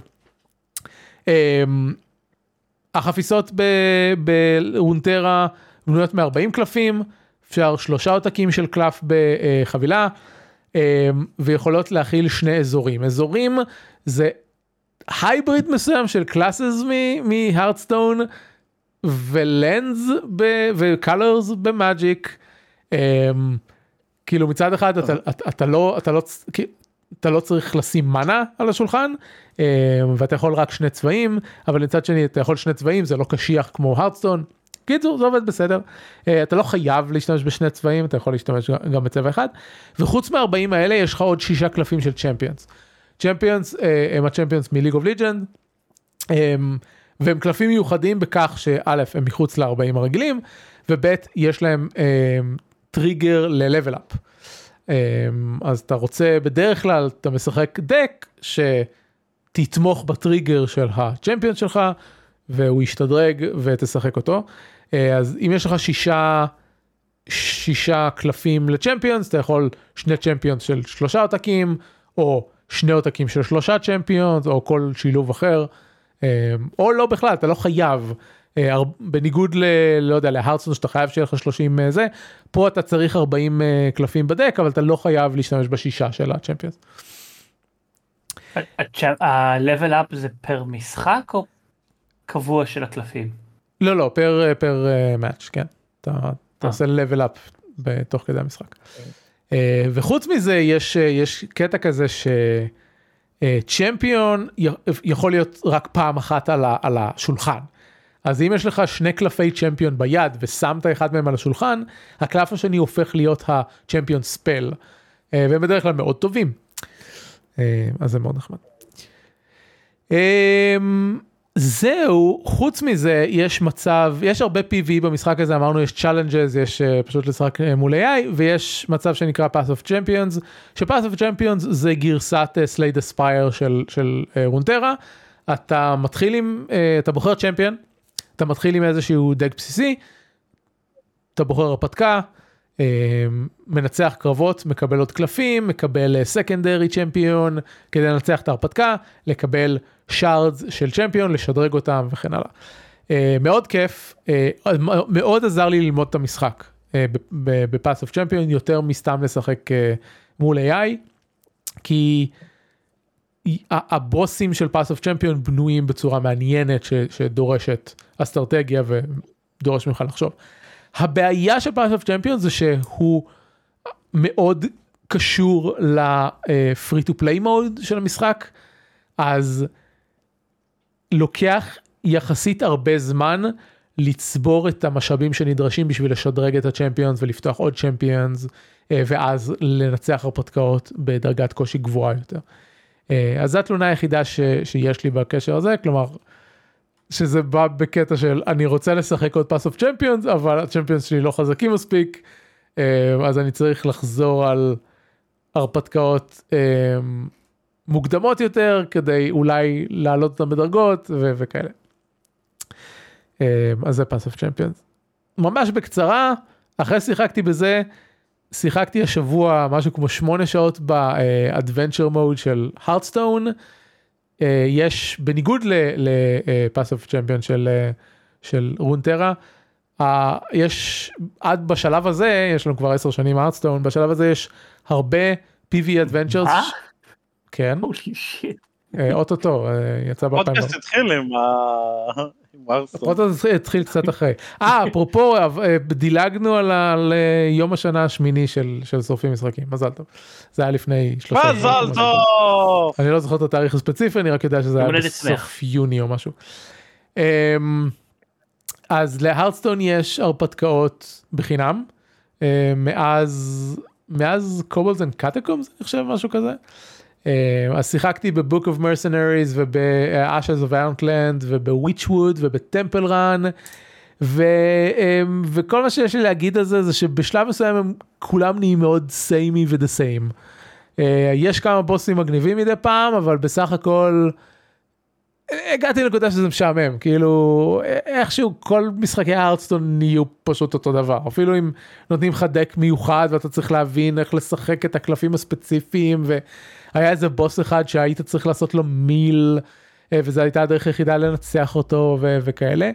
החפיסות ברונטרה בנויות מ-40 קלפים, אפשר 3 עותקים של קלף בחבילה, ויכולות להכיל 2 אזורים. אזורים זה הייבריד מסוים של קלאסס מהרדסטון, ולנס וקלרס במאג'יק. כאילו מצד אחד אתה לא צריך לשים מנה על השולחן, ואתה יכול רק 2 צבעים, אבל מצד שני אתה יכול 2 צבעים, זה לא קשיח כמו הרדסטון. קיצור, זה עובד בסדר. אתה לא חייב להשתמש ב2 צבעים, אתה יכול להשתמש גם בצבע אחד. וחוץ מה-40 האלה, יש לך עוד 6 קלפים של צ'מפיונס. צ'מפיונס הם הצ'מפיונס מליג אוף ליג'נד, והם קלפים מיוחדים בכך שא' הם מחוץ ל-40 הרגילים, וב' יש להם טריגר ל-level up. אז אתה רוצה, בדרך כלל אתה משחק דק שתתמוך בטריגר של הצ'מפיון שלך, והוא ישתדרג ותשחק אותו. אז אם יש לך 6 קלפים לצ'מפיונס, אתה יכול 2 צ'מפיונס של 3 עותקים, או 2 עותקים של 3 צ'מפיונס, או כל שילוב אחר, או לא בכלל, אתה לא חייב, בניגוד לא יודע, להרדסטון שאתה חייב שיהיה לך 30 זה, פה אתה צריך 40 קלפים בדק, אבל אתה לא חייב להשתמש ב6 של הצ'מפיונס. ה-level up זה פר משחק או קבוע של הקלפים? לא, פר match, כן. אתה עושה level up בתוך כדי המשחק. וחוץ מזה, יש קטע כזה שצ'מפיון יכול להיות רק פעם אחת על השולחן. אז אם יש לך 2 קלפי צ'מפיון ביד, ושמת אחד מהם על השולחן, הקלף השני הופך להיות הצ'מפיון ספל, והם בדרך כלל מאוד טובים. אז זה מאוד נחמד. זהו, חוץ מזה, יש הרבה PV במשחק הזה, אמרנו יש challenges, יש פשוט לשחק מול AI, ויש מצב שנקרא Path of Champions, ש-Path of Champions זה גרסת Slay the Spire של רונטרה, אתה בוחר צ'מפיון, אתה מתחיל עם איזשהו דק בסיסי, אתה בוחר הרפתקה, מנצח קרבות, מקבל עוד קלפים, מקבל סקנדרי צ'מפיון, כדי לנצח את ההרפתקה, לקבל שרדס של צ'מפיון, לשדרג אותם וכן הלאה. מאוד כיף, מאוד עזר לי ללמוד את המשחק בפאס אוף צ'מפיון, יותר מסתם לשחק מול AI, כי הבוסים של פאס אוף צ'מפיון בנויים בצורה מעניינת שדורשת אסטרטגיה ודורש ממך לחשוב. הבעיה של פאס אוף צ'מפיון זה שהוא מאוד קשור לפרי טו פליי מוד של המשחק, אז לוקח יחסית הרבה זמן לצבור את המשאבים שנדרשים בשביל לשדרג את הצ'מפיונס ולפתוח עוד צ'מפיונס, ואז לנצח הרפתקאות בדרגת קושי גבוהה יותר. אז זו התלונה היחידה שיש לי בקשר הזה, כלומר, שזה בא בקטע של אני רוצה לשחק עוד פאס אוף צ'מפיונס, אבל הצ'מפיונס שלי לא חזקים מספיק, אז אני צריך לחזור על הרפתקאות מוקדמות יותר, כדי אולי להעלות אותם בדרגות וכאלה. אז זה פאס אוף צ'מפיונס. ממש בקצרה, אחרי שיחקתי בזה, שיחקתי השבוע משהו כמו 8 שעות באדוונצ'ר מוד של הרדסטון, יש בניגוד לפאס אוף צ'מפיון של רונטרה, יש עד בשלב הזה, יש לנו כבר 10 שנים הרדסטון, בשלב הזה יש הרבה PV Adventures. כן. הולי שיט. אוטוטו, יצא בפעם. הפודקאסט התחיל עם הרדסטון. הפודקאסט התחיל קצת אחרי. אפרופו, דילגנו על יום השנה השמיני של שורפים משחקים, מזל טוב. זה היה לפני 3 שנים. מזל טוב! אני לא זוכר את התאריך הספציפי, אני רק יודע שזה היה בסוף יוני או משהו. אז להרדסטון יש הרפתקאות בחינם, מאז קובלס אנד קטקומס, אני חושב משהו כזה. אז שיחקתי בבוק אוף מרסנריז ובאשז אוף אאונטלנד ובוויצ'ווד ובטמפל רן, וכל מה שיש לי להגיד על זה זה שבשלב מסוים הם כולם נהיים מאוד סיימי ודה סיים. יש כמה בוסים מגניבים מדי פעם, אבל בסך הכל הגעתי לנקודה שזה משעמם, כאילו איכשהו כל משחקי הארדסטון נהיו פשוט אותו דבר, אפילו אם נותנים לך דק מיוחד ואתה צריך להבין איך לשחק את הקלפים הספציפיים, והיה איזה בוס אחד שהיית צריך לעשות לו מיל, וזו הייתה הדרך היחידה לנצח אותו וכאלה,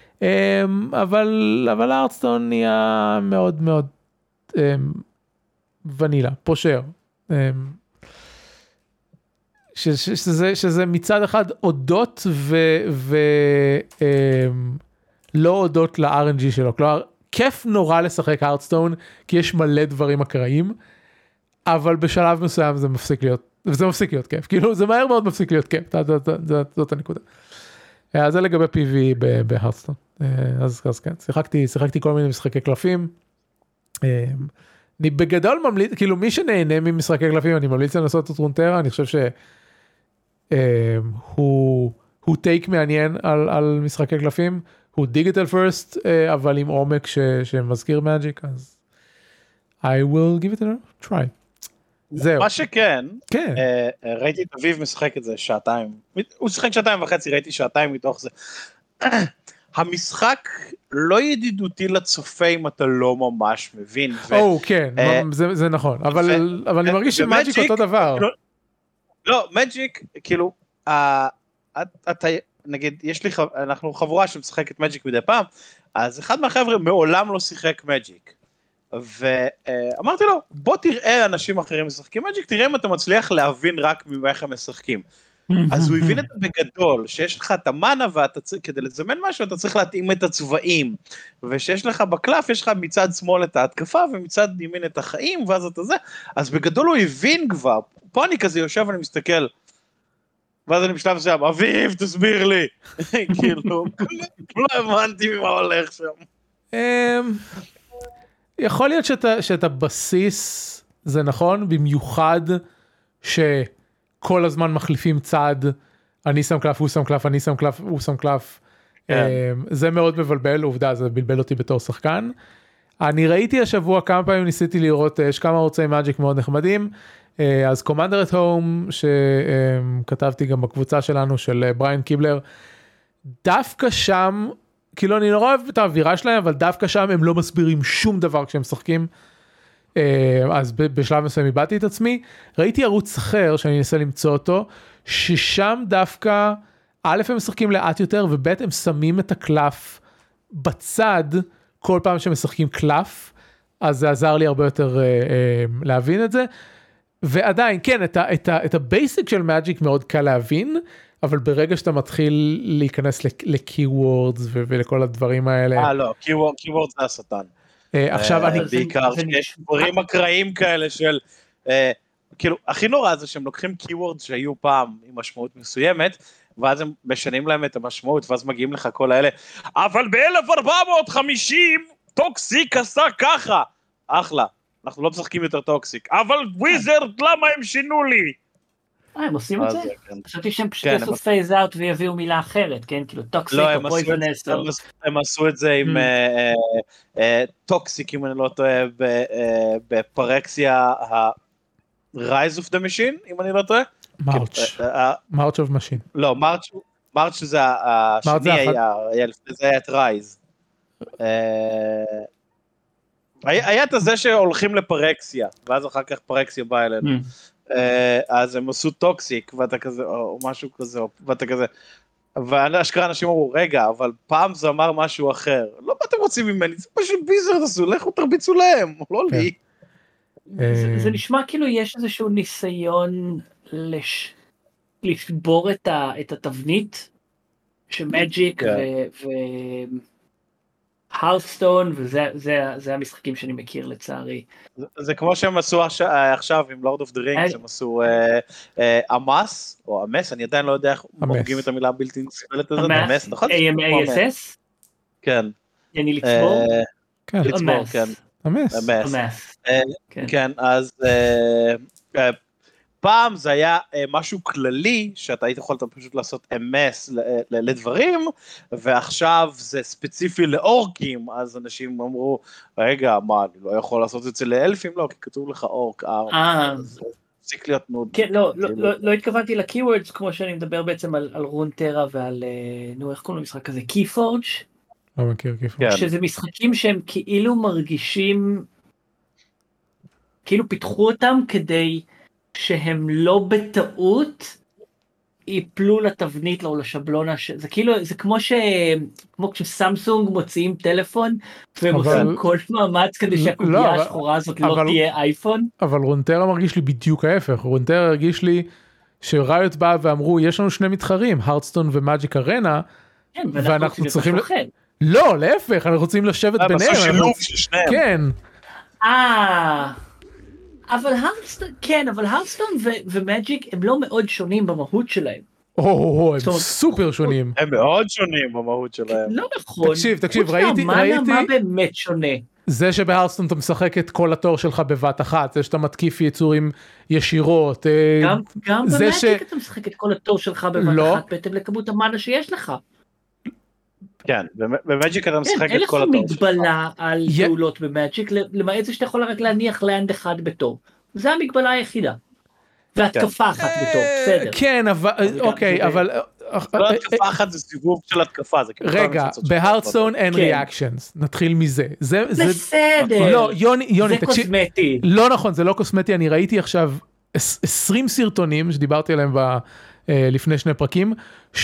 אבל הארדסטון נהיה מאוד מאוד ונילה, פושר. שזה מצד אחד הודות ולא הודות ל-RNG שלו, כלומר כיף נורא לשחק הרדסטון כי יש מלא דברים אקראיים, אבל בשלב מסוים זה מפסיק להיות כיף, כאילו זה מהר מאוד מפסיק להיות כיף, זאת הנקודה. אז זה לגבי PV בהרדסטון, אז כן, שיחקתי כל מיני משחקי קלפים, אני בגדול ממליץ, כאילו מי שנהנה ממשחקי קלפים, אני ממליץ לנסות את רונטרה, אני חושב הוא טייק מעניין על משחקי קלפים, הוא דיגיטל פרסט, אבל עם עומק שמזכיר מג'יק, אז I will give it a try. זהו. מה שכן, ראיתי את אביב משחק את זה 2 שעות, הוא שחק 2.5 שעות, ראיתי 2 שעות מתוך זה. המשחק לא ידידותי לצופה אם אתה לא ממש מבין. כן, זה נכון, אבל אני מרגיש שמג'יק אותו דבר. לא, מג'יק, כאילו, נגיד, אנחנו חבורה שמשחקת מג'יק מדי פעם, אז אחד מהחבר'ה מעולם לא שיחק מג'יק, ואמרתי לו, בוא תראה אנשים אחרים משחקים מג'יק, תראה אם אתה מצליח להבין רק איך הם משחקים. אז הוא הבין את זה בגדול, שיש לך את המנה, וכדי לזמן משהו אתה צריך להתאים את הצבעים, ושיש לך בקלף, יש לך מצד שמאל את ההתקפה, ומצד ימין את החיים, ואז אתה זה, אז בגדול הוא הבין כבר, פה אני כזה יושב ואני מסתכל, ואז אני בשלב מסוים, אביב תסביר לי, כאילו, לא הבנתי ממה הולך שם. יכול להיות שאת הבסיס זה נכון, במיוחד כל הזמן מחליפים צד, אני שם קלף, הוא שם קלף, אני שם קלף, הוא שם קלף, זה מאוד מבלבל, עובדה, זה בלבל אותי בתור שחקן. אני ראיתי השבוע כמה פעמים ניסיתי לראות, יש כמה ערוצי מג'יק מאוד נחמדים, אז Commander at Home, שכתבתי גם בקבוצה שלנו של בריין קיבלר, דווקא שם, כאילו אני לא אוהב את האווירה שלהם, אבל דווקא שם הם לא מסבירים שום דבר כשהם משחקים, אז בשלב מסוים איבדתי את עצמי, ראיתי ערוץ אחר שאני אנסה למצוא אותו, ששם דווקא, א' הם משחקים לאט יותר, וב' הם שמים את הקלף בצד, כל פעם שהם משחקים קלף, אז זה עזר לי הרבה יותר להבין את זה, ועדיין, כן, את הבייסיק של מג'יק מאוד קל להבין, אבל ברגע שאתה מתחיל להיכנס ל-keywords ולכל הדברים האלה. לא, keywords זה השטן. עכשיו אני... בעיקר שיש דברים אקראיים כאלה של, כאילו, הכי נורא זה שהם לוקחים keywords שהיו פעם עם משמעות מסוימת, ואז הם משנים להם את המשמעות, ואז מגיעים לך כל האלה, אבל ב-1450 טוקסיק עשה ככה. אחלה, אנחנו לא משחקים יותר טוקסיק, אבל וויזרד למה הם שינו לי? הם עושים את זה? חשבתי שהם פשוט יעשו פייז אאוט ויביאו מילה אחרת, כן? כאילו טוקסיק או פויזנס. הם עשו את זה עם טוקסיק, אם אני לא טועה, בפרקסיה ה-Rise of the Machine, אם אני לא טועה. March of Machine. לא, March זה השני היה, לפני זה היה את Rise. היה את זה שהולכים לפרקסיה, ואז אחר כך פרקסיה באה אלינו. אז הם עשו טוקסיק, ואתה כזה, או משהו כזה, ואתה כזה, ואשכרה אנשים אמרו, רגע, אבל פעם זה אמר משהו אחר. לא, מה אתם רוצים ממני? זה פשוט ויזרד עשו, לכו תרביצו להם, לא לי. זה נשמע כאילו יש איזשהו ניסיון לשבור את התבנית, שמג'יק הרסטון, וזה המשחקים שאני מכיר לצערי. זה כמו שהם עשו עכשיו עם לורד אוף דה רינגס, הם עשו אמס, או אמס, אני עדיין לא יודע איך מורגים את המילה בלתי נסבלת הזאת, אמס, נכון? AMASS? כן. יעני לצבור? כן. לצבור, כן. אמס. כן, אז פעם זה היה משהו כללי, שאתה היית יכול פשוט לעשות MS לדברים, ועכשיו זה ספציפי לאורקים, אז אנשים אמרו, רגע, מה, אני לא יכול לעשות את זה לאלפים? לא, כי כתוב לך אורק, אז תפסיק להיות נוד. כן, לא התכוונתי לקיוורדס, כמו שאני מדבר בעצם על רונטרה ועל, איך קוראים למשחק כזה? קיפורג'? לא מכיר קיפורג'. שזה משחקים שהם כאילו מרגישים, כאילו פיתחו אותם כדי שהם לא בטעות ייפלו לתבנית או לשבלונה, זה כאילו, זה כמו כשסמסונג מוציאים טלפון, והם עושים כל מאמץ כדי שהקובייה השחורה הזאת לא תהיה אייפון. אבל רונטרה מרגיש לי בדיוק ההפך, רונטרה הרגיש לי שראיות באה ואמרו, יש לנו שני מתחרים, הרדסטון ומאג'יק ארנה, ואנחנו צריכים... לא, להפך, אנחנו רוצים לשבת ביניהם. עשו שילוב של שניהם. כן. אבל הרסטון ומאג'יק הם לא מאוד שונים במהות שלהם. הם סופר שונים. הם מאוד שונים במהות שלהם. לא נכון. תקשיב, ראיתי... מה באמת שונה? זה שבהרסטון אתה משחק את כל התור שלך בבת אחת, זה שאתה מתקיף יצורים ישירות. גם במאג'יק אתה משחק את כל התור שלך בבת אחת, בהתאם לכמות המאנה שיש לך. כן, במאג'יק אתה משחק את כל אין לך מגבלה על פעולות במאג'יק, למעט זה שאתה יכול רק להניח לאנד אחד בתור. זה המגבלה היחידה. והתקפה אחת בתור, בסדר. כן, אבל, אוקיי, אבל... לא התקפה אחת זה סיבוב של התקפה. רגע, בהרדסטון אין ריאקשנס, נתחיל מזה. בסדר. לא, יוני, זה קוסמטי. לא נכון, זה לא קוסמטי, אני ראיתי עכשיו 20 סרטונים שדיברתי עליהם לפני שני פרקים,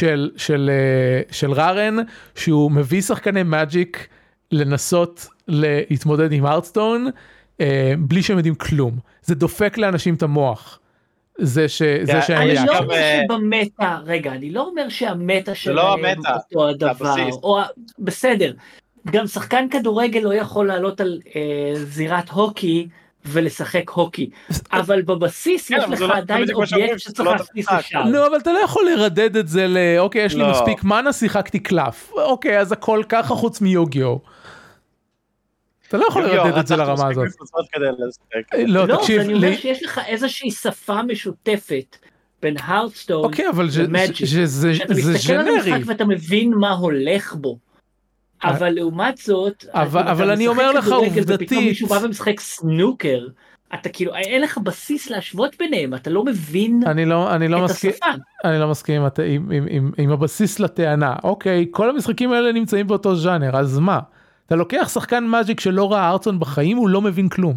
של רארן, שהוא מביא שחקני מאג'יק לנסות להתמודד עם הרדסטון, בלי שהם יודעים כלום. זה דופק לאנשים את המוח. אני לא אומר שבמטה, רגע, אני לא אומר שהמטה שלהם אותו הדבר, בסדר, גם שחקן כדורגל לא יכול לעלות על זירת הוקי, ולשחק הוקי, אבל בבסיס יש לך עדיין אובייקט שצריך להכניס לשם. לא, אבל אתה לא יכול לרדד את זה אוקיי, יש לי מספיק מנה, שיחקתי קלף. אוקיי, אז הכל ככה חוץ מיוגיו. אתה לא יכול לרדד את זה לרמה הזאת. לא, אני אומר שיש לך איזושהי שפה משותפת בין הרדסטון ומאג'יק, שאתה מסתכל על המשחק ואתה מבין מה הולך בו. אבל לעומת זאת, אבל אני אומר לך עובדתית, ופתאום מישהו בא ומשחק סנוקר, אתה כאילו, אין לך בסיס להשוות ביניהם, אתה לא מבין את השפה. אני לא מסכים עם הבסיס לטענה. אוקיי, כל המשחקים האלה נמצאים באותו ז'אנר, אז מה? אתה לוקח שחקן מאג'יק שלא ראה הרדסטון בחיים, הוא לא מבין כלום.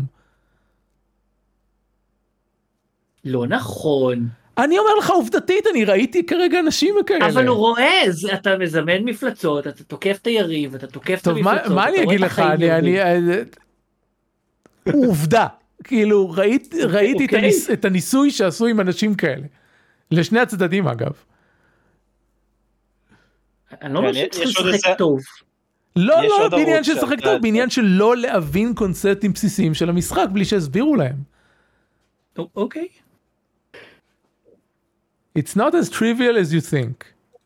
לא נכון. אני אומר לך עובדתית, אני ראיתי כרגע אנשים כאלה. אבל הוא רואה, אתה מזמן מפלצות, אתה תוקף את היריב, אתה תוקף את המפלצות. טוב, מה אני אגיד לך? עובדה. כאילו ראיתי את הניסוי שעשו עם אנשים כאלה. לשני הצדדים אגב. אני לא אומר שצריך לשחק טוב. לא בעניין של לשחק טוב, בעניין של לא להבין קונספטים בסיסיים של המשחק בלי שהסבירו להם. אוקיי. It's not as trivial as you think.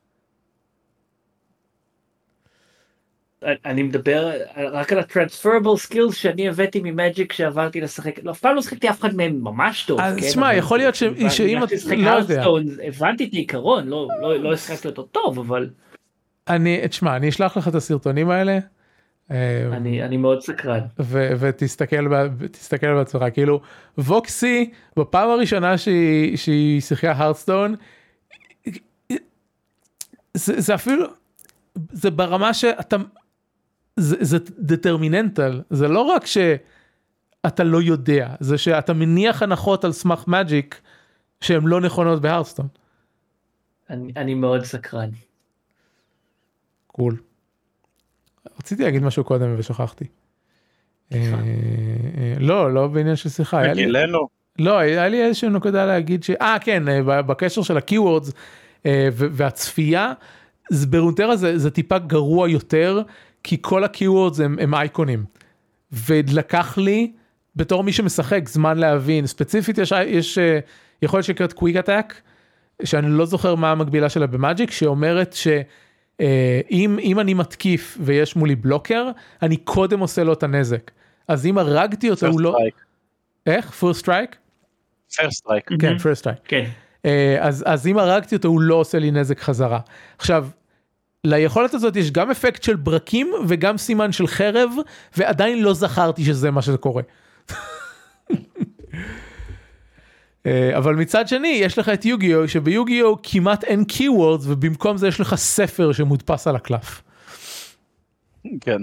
אני מדבר רק על ה-transferable skills שאני הבאתי ממאג'יק שעברתי לשחק, אף פעם לא שחקתי אף אחד מהם ממש טוב. אז תשמע, יכול להיות שאם את לא יודע. הבנתי את העיקרון, לא השחקתי אותו טוב, אבל... תשמע, אני אשלח לך את הסרטונים האלה. אני מאוד סקרן. ותסתכל בעצמך, כאילו, ווקסי, בפעם הראשונה שהיא שיחקה הרדסטון, זה אפילו, זה ברמה שאתה, זה דטרמיננטל, זה לא רק שאתה לא יודע, זה שאתה מניח הנחות על סמך מג'יק, שהן לא נכונות בהרדסטון. אני מאוד סקרן. קול. רציתי להגיד משהו קודם ושכחתי. לא בעניין של שיחה. לא, היה לי איזושהי נקודה להגיד כן, בקשר של ה-keywords והצפייה, ברונטרה זה טיפה גרוע יותר, כי כל ה-keywords הם אייקונים. ולקח לי, בתור מי שמשחק, זמן להבין. ספציפית יש יכול להיות שקראת קוויק אטאק, שאני לא זוכר מה המקבילה שלה במאג'יק, שאומרת אם אני מתקיף ויש מולי בלוקר, אני קודם עושה לו את הנזק. אז אם הרגתי אותו, הוא לא... איך? first strike? first strike. כן, first strike. כן. אז אם הרגתי אותו, הוא לא עושה לי נזק חזרה. עכשיו, ליכולת הזאת יש גם אפקט של ברקים, וגם סימן של חרב, ועדיין לא זכרתי שזה מה שזה קורה. אבל מצד שני, יש לך את יוגיו, שביוגיו כמעט אין keywords, ובמקום זה יש לך ספר שמודפס על הקלף. כן.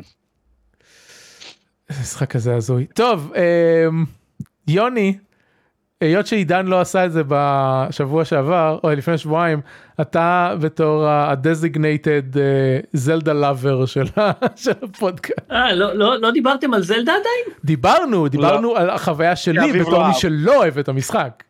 משחק כזה הזוי. טוב, יוני, היות שעידן לא עשה את זה בשבוע שעבר, או לפני שבועיים, אתה בתור ה-designated זלדה lover של הפודקאסט. לא דיברתם על זלדה עדיין? דיברנו על החוויה שלי בתור מי שלא אוהב את המשחק.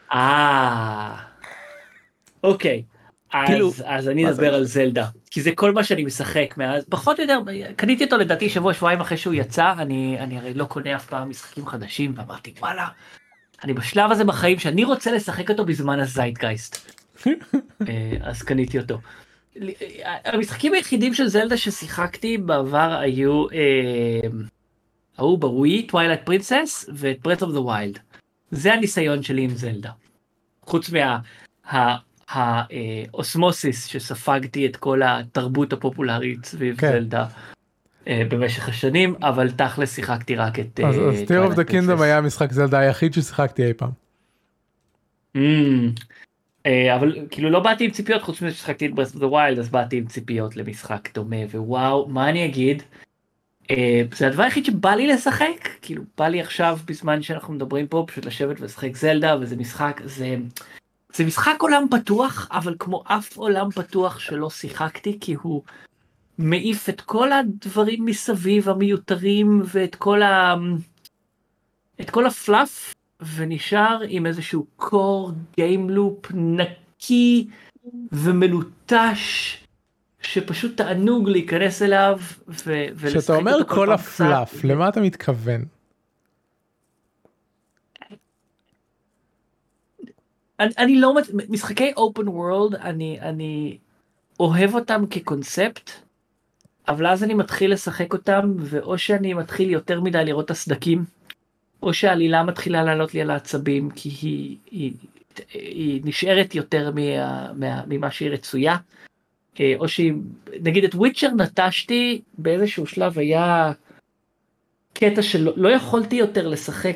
אוקיי. אז אני אדבר על זלדה, כי זה כל מה שאני משחק מאז, פחות או יותר, קניתי אותו לדעתי שבוע-שבועיים אחרי שהוא יצא, אני הרי לא קונה אף פעם משחקים חדשים, ואמרתי וואלה, אני בשלב הזה בחיים שאני רוצה לשחק אותו בזמן הזייטגייסט, אז קניתי אותו. המשחקים היחידים של זלדה ששיחקתי בעבר היו בווי, טווילייט פרינסס ואת ברית אוף דה ויילד, זה הניסיון שלי עם זלדה, חוץ האוסמוסיס שספגתי את כל התרבות הפופולרית סביב זלדה במשך השנים, אבל תכלס שיחקתי רק את... אז Tear of the Kingdom היה המשחק זלדה היחיד ששיחקתי אי פעם. אבל כאילו לא באתי עם ציפיות, חוץ מזה ששיחקתי את Breath of the Wild, אז באתי עם ציפיות למשחק דומה, ווואו, מה אני אגיד? זה הדבר היחיד שבא לי לשחק, כאילו בא לי עכשיו בזמן שאנחנו מדברים פה, פשוט לשבת ולשחק זלדה, וזה משחק, זה משחק עולם פתוח, אבל כמו אף עולם פתוח שלא שיחקתי, כי הוא מעיף את כל הדברים מסביב המיותרים, ואת כל הפלאף, ונשאר עם איזשהו קור גיימלופ נקי ומלוטש, שפשוט תענוג להיכנס אליו, ולשחק שאתה אומר כל הפלאף, למה אתה מתכוון? אני לא, משחקי אופן וורלד, אני אוהב אותם כקונספט, אבל אז אני מתחיל לשחק אותם, ואו שאני מתחיל יותר מדי לראות את הסדקים, או שהעלילה מתחילה לעלות לי על העצבים, כי היא נשארת יותר ממה שהיא רצויה, או שהיא, נגיד את וויצ'ר נטשתי, באיזשהו שלב היה קטע שלא יכולתי יותר לשחק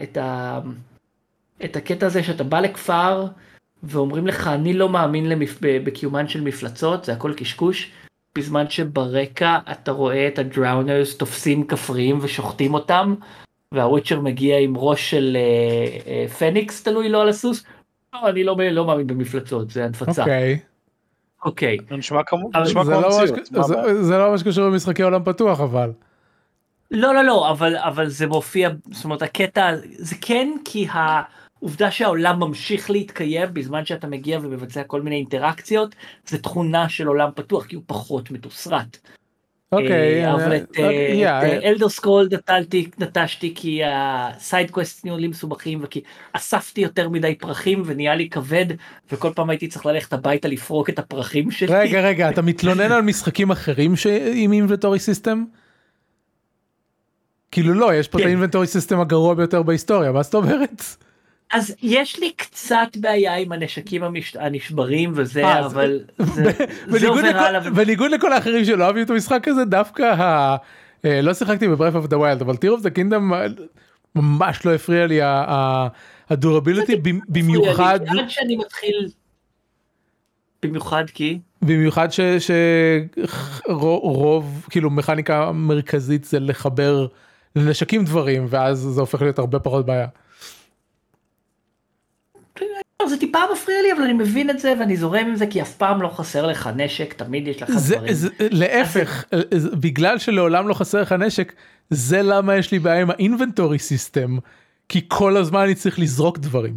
את הקטע הזה שאתה בא לכפר, ואומרים לך, אני לא מאמין בקיומן של מפלצות, זה הכל קשקוש, בזמן שברקע אתה רואה את הדראונרס תופסים כפריים ושוחטים אותם, והוויצ'ר מגיע עם ראש של פניקס, תלוי לו על הסוס, אני לא מאמין במפלצות, זה הנפצה. אוקיי. נשמע כמו זה לא מה שקשור במשחקי עולם פתוח, אבל. לא, אבל זה מופיע, זאת אומרת, הקטע, זה כן כי העובדה שהעולם ממשיך להתקיים בזמן שאתה מגיע ומבצע כל מיני אינטראקציות, זה תכונה של עולם פתוח, כי הוא פחות מתוסרט. אוקיי. אבל את אלדר סקרול נטשתי כי הסייד קווסט נהיו לי מסובכים, וכי אספתי יותר מדי פרחים ונהיה לי כבד, וכל פעם הייתי צריך ללכת הביתה לפרוק את הפרחים שלי. רגע, אתה מתלונן על משחקים אחרים עם אינבנטורי סיסטם? כאילו לא, יש פה את האינבנטורי סיסטם הגרוע ביותר בהיסטוריה, מה זאת אומרת? אז יש לי קצת בעיה עם הנשקים הנשברים וזה, אבל זה עובר הלאה. בניגוד לכל האחרים שלא אוהבים את המשחק הזה, דווקא לא שיחקתי ב-Breath of the Wild, אבל Tears of the Kingdom ממש לא הפריע לי הדורביליטי, במיוחד... עד שאני מתחיל... במיוחד כי? במיוחד שרוב, כאילו מכניקה מרכזית זה לחבר לנשקים דברים, ואז זה הופך להיות הרבה פחות בעיה. זה טיפה מפריע לי, אבל אני מבין את זה ואני זורם עם זה, כי אף פעם לא חסר לך נשק, תמיד יש לך דברים. להפך, בגלל שלעולם לא חסר לך נשק, זה למה יש לי בעיה עם האינבנטורי סיסטם, כי כל הזמן אני צריך לזרוק דברים.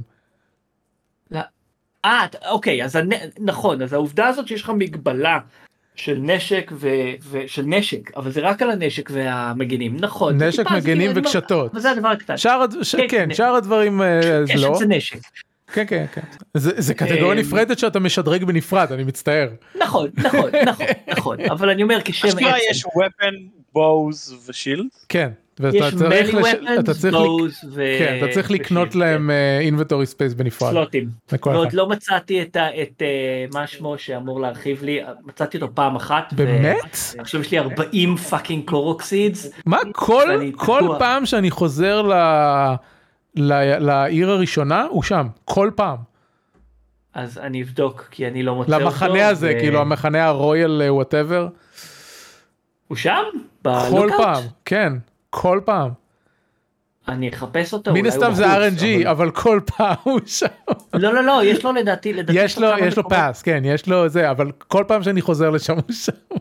אוקיי, אז נכון, אז העובדה הזאת שיש לך מגבלה של נשק ושל נשק, אבל זה רק על הנשק והמגנים, נכון. נשק, מגנים וקשתות. וזה הדבר הקטן. כן, שאר הדברים לא. קשת זה נשק. כן. זה קטגוריה נפרדת שאתה משדרג בנפרד, אני מצטער. נכון, אבל אני אומר כשם עצם. יש weapon, bows ושילד? כן. יש many weapons, bows אתה צריך לקנות להם inventory space בנפרד. סלוטים. ועוד לא מצאתי את מה שמו שאמור להרחיב לי, מצאתי אותו פעם אחת. באמת? עכשיו יש לי 40 פאקינג קורוקסידס. מה? כל פעם שאני חוזר לעיר הראשונה, הוא שם. כל פעם. אז אני אבדוק, כי אני לא מוצא אותו. למחנה הזה, כאילו המחנה הרויאל whatever. הוא שם? כל פעם, כן. כל פעם. אני אחפש אותו. מן הסתם זה RNG, אבל כל פעם הוא שם. לא, יש לו לדעתי. יש לו פאס, כן, יש לו זה, אבל כל פעם שאני חוזר לשם הוא שם.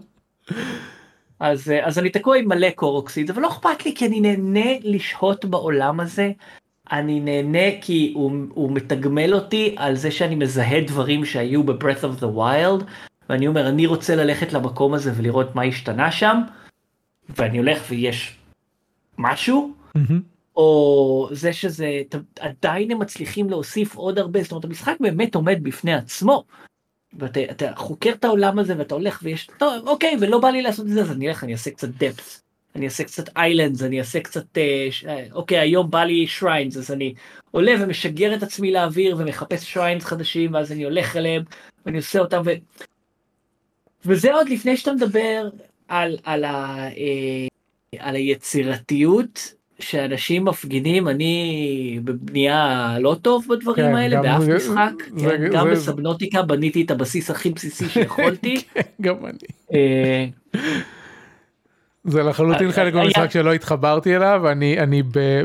אז אני תקוע עם מלא קורוקסיד, אבל לא אכפת לי, כי אני נהנה לשהות בעולם הזה. אני נהנה כי הוא מתגמל אותי על זה שאני מזהה דברים שהיו ב-Breath of the Wild, ואני אומר, אני רוצה ללכת למקום הזה ולראות מה השתנה שם, ואני הולך ויש משהו, או זה שזה, עדיין הם מצליחים להוסיף עוד הרבה, זאת אומרת, המשחק באמת עומד בפני עצמו, ואתה חוקר את העולם הזה, ואתה הולך ויש, אוקיי, ולא בא לי לעשות את זה, אז אני הולך, אני אעשה קצת depths, אני אעשה קצת איילנדס, אני אעשה קצת, אוקיי, היום בא לי שריינס, אז אני עולה ומשגר את עצמי לאוויר, ומחפש שריינס חדשים, ואז אני הולך אליהם, ואני עושה אותם, וזה עוד לפני שאתה מדבר על היצירתיות שאנשים מפגינים, אני בבנייה לא טוב בדברים האלה, באף משחק, גם בסבנוטיקה בניתי את הבסיס הכי בסיסי שיכולתי. גם אני. זה לחלוטין חלק במשחק שלא התחברתי אליו, אני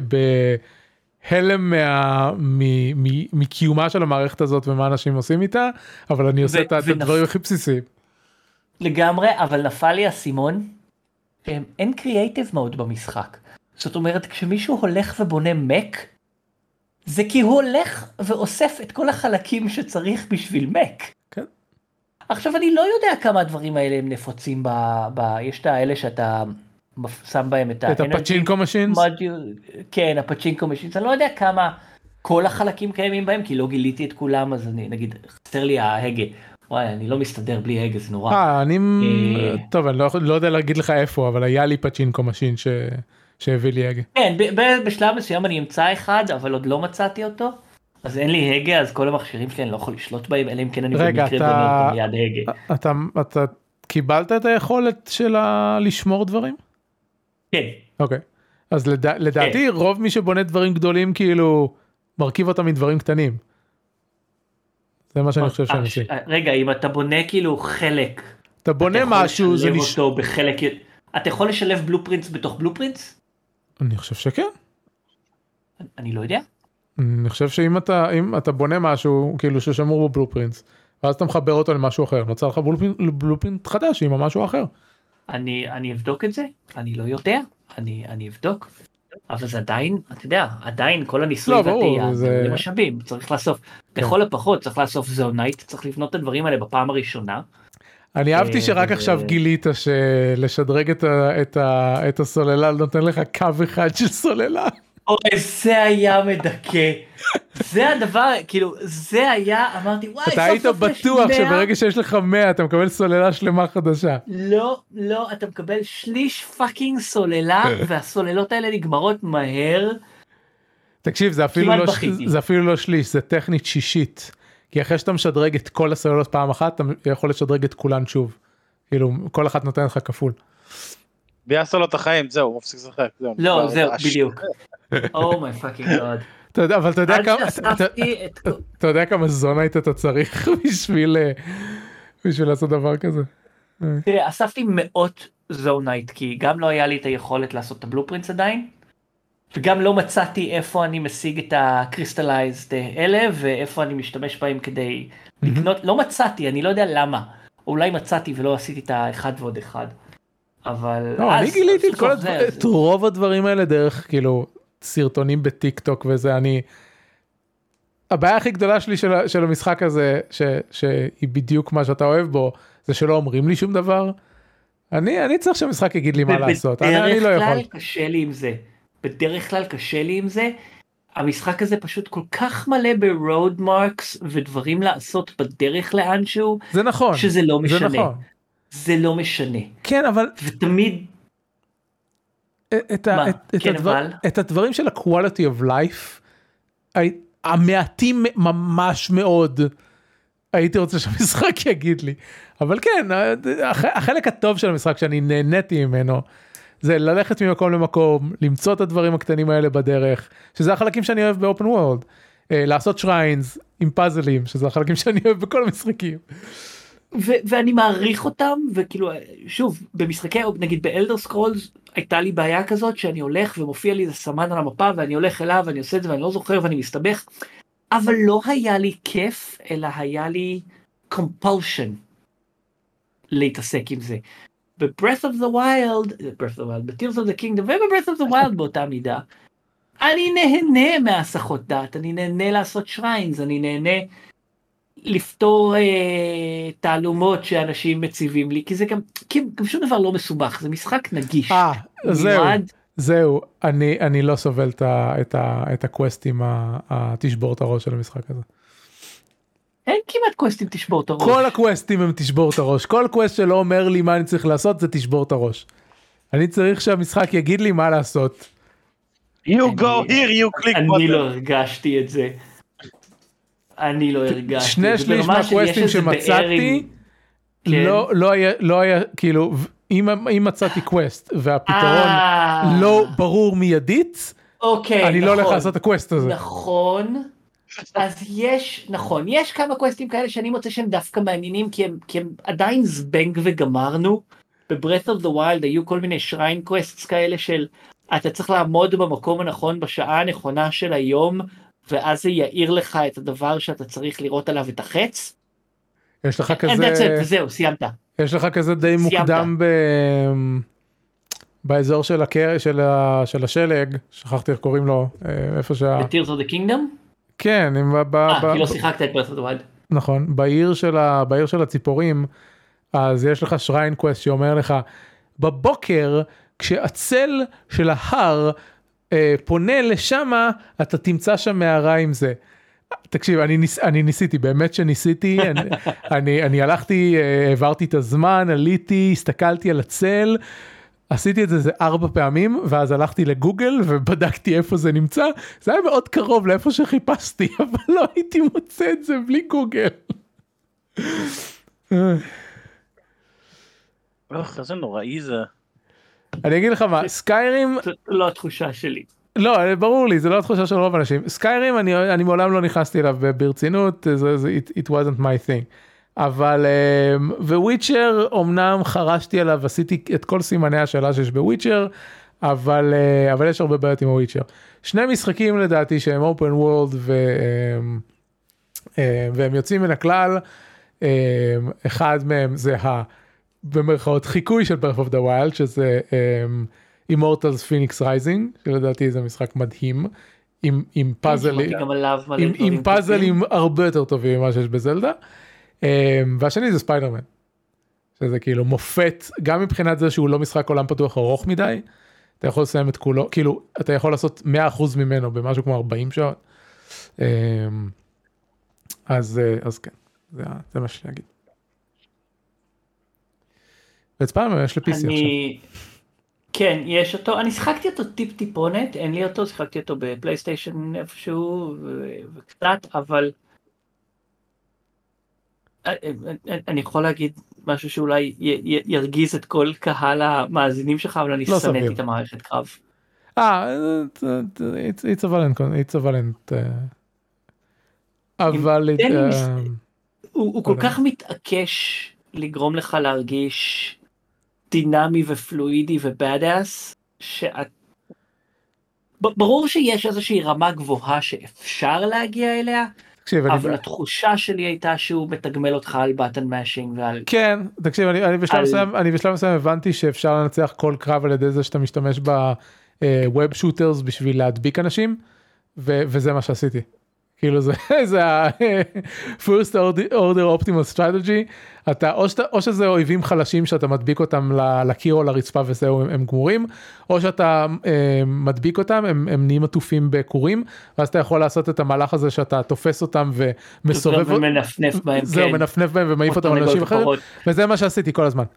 בהלם מקיומה של המערכת הזאת ומה אנשים עושים איתה, אבל אני עושה את הדברים הכי בסיסיים. לגמרי, אבל נפל לי הסימון, אין קריאייטיב מוד במשחק. זאת אומרת, כשמישהו הולך ובונה מק, זה כי הוא הולך ואוסף את כל החלקים שצריך בשביל מק. כן. עכשיו, אני לא יודע כמה הדברים האלה הם נפוצים יש את האלה שאתה שם בהם את הפצ'ינקו משינס? כן, הפצ'ינקו משינס. אני לא יודע כמה כל החלקים קיימים בהם, כי לא גיליתי את כולם, אז אני, נגיד, חסר לי ההגה. וואי, אני לא מסתדר בלי הגה, זה נורא. טוב, אני לא יודע להגיד לך איפה, אבל היה לי פצ'ינקו משין שהביא לי הגה. כן, בשלב מסוים אני אמצא אחד, אבל עוד לא מצאתי אותו, אז אין לי הגה, אז כל המכשירים שלי אני לא יכול לשלוט בהם, אלא אם כן אני במקרה בונה מיד הגה. אתה קיבלת את היכולת של לשמור דברים? כן. אוקיי, אז לדעתי רוב מי שבונה דברים גדולים, כאילו, מרכיב אותם מדברים קטנים. זה מה שאני חושב שאני עושה. רגע, אם אתה בונה כאילו חלק, אתה בונה משהו, זה אותו בחלק, אתה יכול לשלב בלופרינטס בתוך בלופרינטס? אני חושב שכן. אני לא יודע. אני חושב שאם אתה בונה משהו, כאילו ששמור בבלופרינטס, ואז אתה מחבר אותו למשהו אחר, נוצר לך בלופרינט חדש עם משהו אחר. אני אבדוק את זה, אני לא יודע. אני אבדוק. אבל זה עדיין, אתה יודע, עדיין כל הניסוי והטעייה, זה משאבים, צריך לאסוף, לכל הפחות צריך לאסוף זונייט, צריך לבנות את הדברים האלה בפעם הראשונה. אני אהבתי שרק עכשיו גילית שלשדרג את הסוללה נותן לך קו אחד של סוללה. אוי, זה היה מדכא. זה הדבר, כאילו, זה היה, אמרתי, וואי, אתה היית בטוח שברגע שיש לך 100, אתה מקבל סוללה שלמה חדשה. לא, אתה מקבל שליש פאקינג סוללה, והסוללות האלה נגמרות מהר. תקשיב, זה אפילו לא שליש, זה טכנית שישית. כי אחרי שאתה משדרג את כל הסוללות פעם אחת, אתה יכול לשדרג את כולן שוב. כאילו, כל אחת נותן לך כפול. ביאס לו את החיים, זהו, מפסיק לשחק. לא, זהו, בדיוק. אומי פאקינג גוד. אבל אתה יודע כמה זונייט אתה צריך בשביל לעשות דבר כזה. תראה, אספתי מאות זונייט, כי גם לא היה לי את היכולת לעשות את הבלופרינטס עדיין, וגם לא מצאתי איפה אני משיג את הקריסטלייזד האלה, ואיפה אני משתמש בהם כדי לקנות, לא מצאתי, אני לא יודע למה, אולי מצאתי ולא עשיתי את האחד ועוד אחד, אבל... לא, אני גיליתי את רוב הדברים האלה דרך, כאילו, סרטונים בטיק טוק וזה, הבעיה הכי גדולה שלי של המשחק הזה, שהיא בדיוק מה שאתה אוהב בו, זה שלא אומרים לי שום דבר, אני צריך שהמשחק יגיד לי מה לעשות, אני לא יכול. בדרך כלל קשה לי עם זה, בדרך כלל קשה לי עם זה, המשחק הזה פשוט כל כך מלא ברוד מרקס, ודברים לעשות בדרך לאנשהו, זה נכון, שזה לא משנה. זה נכון. זה לא משנה. כן, אבל... ותמיד... את הדברים של ה-quality of life, המעטים ממש מאוד, הייתי רוצה שהמשחק יגיד לי. אבל כן, החלק הטוב של המשחק שאני נהניתי ממנו, זה ללכת ממקום למקום, למצוא את הדברים הקטנים האלה בדרך, שזה החלקים שאני אוהב באופן וורלד, לעשות שריינס עם פאזלים, שזה החלקים שאני אוהב בכל המשחקים. ואני מעריך אותם, וכאילו, שוב, במשחקי, נגיד באלדר סקרולס, הייתה לי בעיה כזאת, שאני הולך ומופיע לי איזה סמן על המפה, ואני הולך אליו, ואני עושה את זה, ואני לא זוכר, ואני מסתבך, אבל לא היה לי כיף, אלא היה לי compulsion להתעסק עם זה. ב-Breath of the Wild, ב-Tears of the Kingdom, וב-Breath of the Wild באותה מידה, אני נהנה מהסחות דעת, אני נהנה לעשות שריינס, אני נהנה לפתור תעלומות שאנשים מציבים לי, כי זה גם שום דבר לא מסובך, זה משחק נגיש. זהו, אני לא סובל את הקווסטים, תשבור את הראש של המשחק הזה. אין כמעט קווסטים תשבור את הראש. כל הקווסטים הם תשבור את הראש, כל קווסט שלא אומר לי מה אני צריך לעשות, זה תשבור את הראש. אני צריך שהמשחק יגיד לי מה לעשות. You go here, you click button. אני לא הרגשתי את זה. אני לא הרגשתי. שני שליש מהקווסטים שמצאתי, לא היה, כאילו, אם מצאתי קווסט, והפתרון לא ברור מיידית, אני לא הולך לעשות את הקווסט הזה. נכון, אז יש כמה קווסטים כאלה שאני מוצא שהם דווקא מעניינים, כי הם עדיין זבנג וגמרנו. ב-Breath of the Wild היו כל מיני שריין קווסטס כאלה של, אתה צריך לעמוד במקום הנכון בשעה הנכונה של היום, ואז זה יאיר לך את הדבר שאתה צריך לראות עליו את החץ. יש לך כזה... וזהו, סיימת. יש לך כזה די מוקדם באזור של השלג, שכחתי איך קוראים לו, איפה ב-Tears of the Kingdom? כן. כי לא שיחקת את Breath of the Wild. נכון, בעיר של הציפורים, אז יש לך שריין קווסט שאומר לך, בבוקר, כשהצל של ההר, פונה לשמה, אתה תמצא שם מערה עם זה. תקשיב, אני ניסיתי, באמת שניסיתי, אני הלכתי, העברתי את הזמן, עליתי, הסתכלתי על הצל, עשיתי את זה 4 פעמים, ואז הלכתי לגוגל ובדקתי איפה זה נמצא, זה היה מאוד קרוב לאיפה שחיפשתי, אבל לא הייתי מוצא את זה בלי גוגל. איזה נוראי זה. אני אגיד לך מה, סקיירים... זה לא התחושה שלי. לא, ברור לי, זה לא התחושה של רוב אנשים. סקיירים, אני מעולם לא נכנסתי אליו ברצינות, it wasn't my thing. אבל, וויצ'ר, אמנם חרשתי עליו, עשיתי את כל סימני השאלה שיש בוויצ'ר, אבל יש הרבה בעיות עם הוויצ'ר. 2 משחקים לדעתי שהם open world, והם יוצאים מן הכלל, אחד מהם זה במרכאות חיקוי של Breath of the Wild, שזה Immortals Phoenix Rising, שלדעתי זה משחק מדהים, עם פאזלים הרבה יותר טובים ממה שיש בזלדה, והשני זה ספיידרמן, שזה כאילו מופת, גם מבחינת זה שהוא לא משחק עולם פתוח ארוך מדי, אתה יכול לסיים את כולו, כאילו אתה יכול לעשות 100% ממנו במשהו כמו 40 שעות, אז כן, זה מה שאני אגיד. וספיידרמן יש ל-PC עכשיו. כן, יש אותו, אני שחקתי אותו טיפונת, אין לי אותו, שחקתי אותו בפלייסטיישן איפשהו וקצת, אבל אני יכול להגיד משהו שאולי ירגיז את כל קהל המאזינים שלך, אבל אני שנאתי את המערכת קרב. it's a valent, אבל הוא כל כך מתעקש לגרום לך להרגיש דינמי ופלואידי ובאדאס, ברור שיש איזושהי רמה גבוהה שאפשר להגיע אליה, אבל התחושה שלי הייתה שהוא מתגמל אותך על בטן מאשינג ועל... כן, תקשיב, אני בשלב מסוים הבנתי שאפשר לנצח כל קרב על ידי זה שאתה משתמש בווב שוטרס בשביל להדביק אנשים, וזה מה שעשיתי. כאילו זה ה-first order optimal strategy, או שזה אויבים חלשים שאתה מדביק אותם לקיר או לרצפה וזהו, הם גמורים, או שאתה מדביק אותם, הם נהיים עטופים בקורים, ואז אתה יכול לעשות את המהלך הזה שאתה תופס אותם ומסובב, ומנפנף בהם, זהו, מנפנף בהם ומעיף אותם על אנשים אחרים, וזה מה שעשיתי כל הזמן.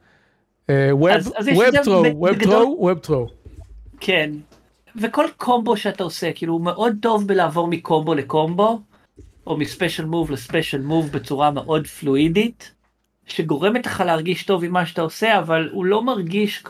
web throw. כן. וכל קומבו שאתה עושה, כאילו הוא מאוד טוב בלעבור מקומבו לקומבו, או מספיישל מוב לספיישל מוב בצורה מאוד פלואידית, שגורמת לך להרגיש טוב עם מה שאתה עושה, אבל הוא לא מרגיש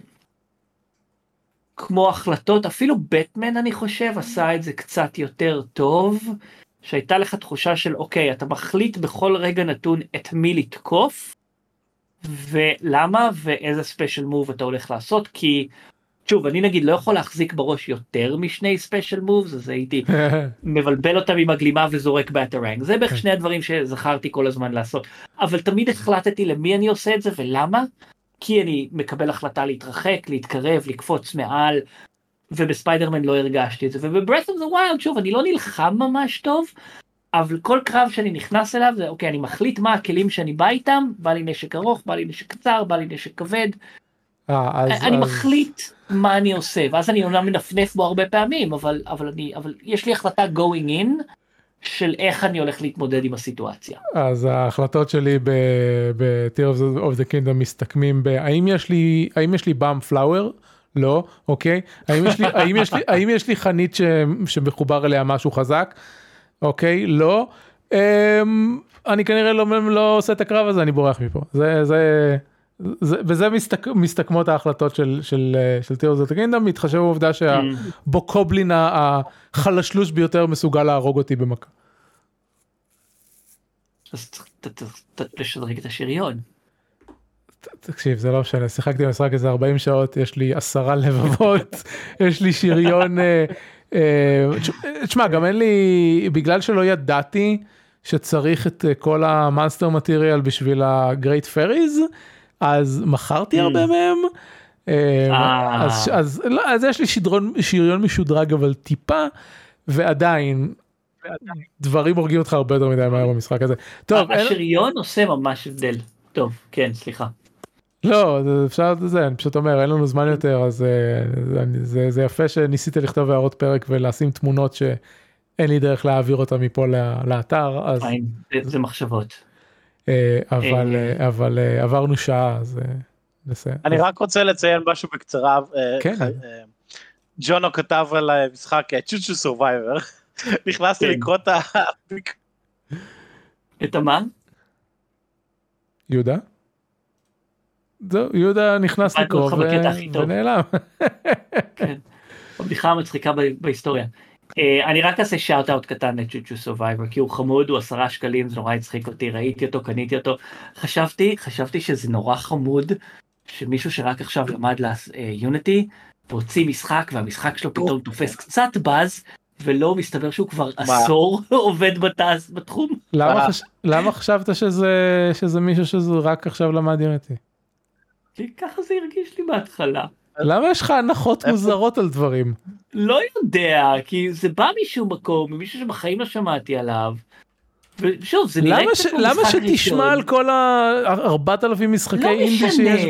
כמו החלטות, אפילו בטמן אני חושב עשה את זה קצת יותר טוב, שהייתה לך תחושה של אוקיי, אתה מחליט בכל רגע נתון את מי לתקוף, ולמה ואיזה ספיישל מוב אתה הולך לעשות, כי שוב, אני נגיד לא יכול להחזיק בראש יותר משני ספיישל מובס, אז הייתי מבלבל אותם עם הגלימה וזורק באטרנג. זה בערך שני הדברים שזכרתי כל הזמן לעשות. אבל תמיד החלטתי למי אני עושה את זה ולמה? כי אני מקבל החלטה להתרחק, להתקרב, לקפוץ מעל, ובספיידרמן לא הרגשתי את זה. ובברית אוף דה ווילד, שוב, אני לא נלחם ממש טוב, אבל כל קרב שאני נכנס אליו, זה אוקיי, אני מחליט מה הכלים שאני בא איתם, בא לי נשק ארוך, בא לי נשק קצר, בא לי נשק כבד, אני מחליט מה אני עושה, ואז אני אומנם מנפנף בו הרבה פעמים, אבל יש לי החלטה going in של איך אני הולך להתמודד עם הסיטואציה. אז ההחלטות שלי ב-Tears of the Kingdom מסתכמים האם יש לי באם פלאואר? לא, אוקיי. האם יש לי חנית שמחובר אליה משהו חזק? אוקיי, לא. אני כנראה לא עושה את הקרב הזה, אני בורח מפה. וזה מסתכמות ההחלטות של Tears of the Kingdom, מתחשב בעובדה שהבוקובלין החלשלוש ביותר מסוגל להרוג אותי במכה. אז לשדרג את השריון. תקשיב, זה לא משנה, שיחקתי במשחק איזה 40 שעות, יש לי 10 לבבות, יש לי שריון, תשמע, גם אין לי, בגלל שלא ידעתי שצריך את כל המאנסטר מטריאל בשביל הגרייט פריז, אז מכרתי הרבה מהם, אז יש לי שריון משודרג אבל טיפה, ועדיין דברים הורגים אותך הרבה יותר מדי מהר במשחק הזה. השריון עושה ממש הבדל. טוב, כן, סליחה. לא, אפשר את זה, אני פשוט אומר, אין לנו זמן יותר, אז זה יפה שניסית לכתוב הערות פרק ולשים תמונות שאין לי דרך להעביר אותה מפה לאתר, אז... זה מחשבות. אבל עברנו שעה, אז נסיים. אני רק רוצה לציין משהו בקצרה. כן. ג'ונו כתב על המשחק צ'וצ'ו סורווייבר. נכנסתי לקרוא את המה? יהודה? יהודה נכנס לקרוא ונעלם. כן. הבדיחה המצחיקה בהיסטוריה. אני רק אעשה שאוט-אוט קטן לצ'וצ'ו סורווייבר, כי הוא חמוד, הוא 10 שקלים, זה נורא הצחיק אותי, ראיתי אותו, קניתי אותו. חשבתי שזה נורא חמוד, שמישהו שרק עכשיו למד ליוניטי, והוציא משחק, והמשחק שלו פתאום תופס קצת באז, ולא מסתבר שהוא כבר עשור עובד בתחום. למה חשבת שזה מישהו שזה רק עכשיו למד יוניטי? כי ככה זה הרגיש לי בהתחלה. למה יש לך הנחות מוזרות על דברים? לא יודע, כי זה בא משום מקום, ממישהו שבחיים לא שמעתי עליו. ושוב, זה נראה קצת כמו משחק ראשון. למה שתשמע על כל 4,000 משחקי אינדי שיש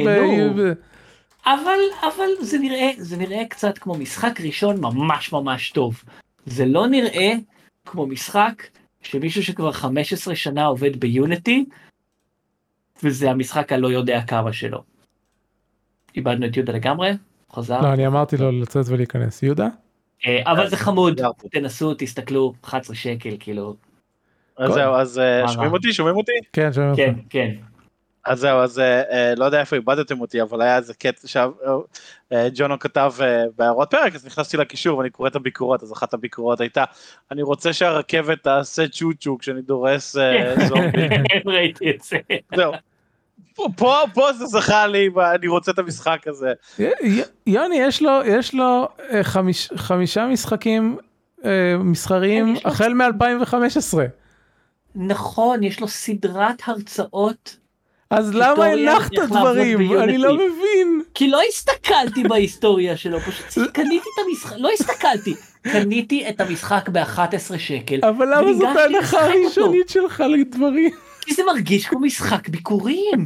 אבל זה נראה קצת כמו משחק ראשון ממש ממש טוב. זה לא נראה כמו משחק שמישהו שכבר 15 שנה עובד ביוניטי, וזה המשחק הלא יודע כמה שלו. איבדנו את יהודה לגמרי, חזר. לא, אני אמרתי לו לצאת ולהיכנס. יהודה? אבל זה חמוד, תנסו, תסתכלו, 11 שקל, כאילו. אז זהו, אז שומעים אותי? כן, שומעים אותי. כן, כן. אז זהו, אז לא יודע איפה איבדתם אותי, אבל היה איזה קטע שג'ונו כתב בהערות פרק, אז נכנסתי לקישור ואני קורא את הביקורות, אז אחת הביקורות הייתה, אני רוצה שהרכבת תעשה צ'ו-צ'ו כשאני דורס זומבי. ראיתי את זה. זהו. פה זה זכה לי, אני רוצה את המשחק הזה. יוני, יש לו 5 משחקים מסחריים החל מ-2015. נכון, יש לו סדרת הרצאות. אז למה הנחת דברים? אני לא מבין. כי לא הסתכלתי בהיסטוריה שלו, פשוט קניתי את המשחק, לא הסתכלתי, קניתי את המשחק ב-11 שקל. אבל למה זאת ההנחה הראשונית שלך לדברים? כי זה מרגיש כמו משחק ביקורים.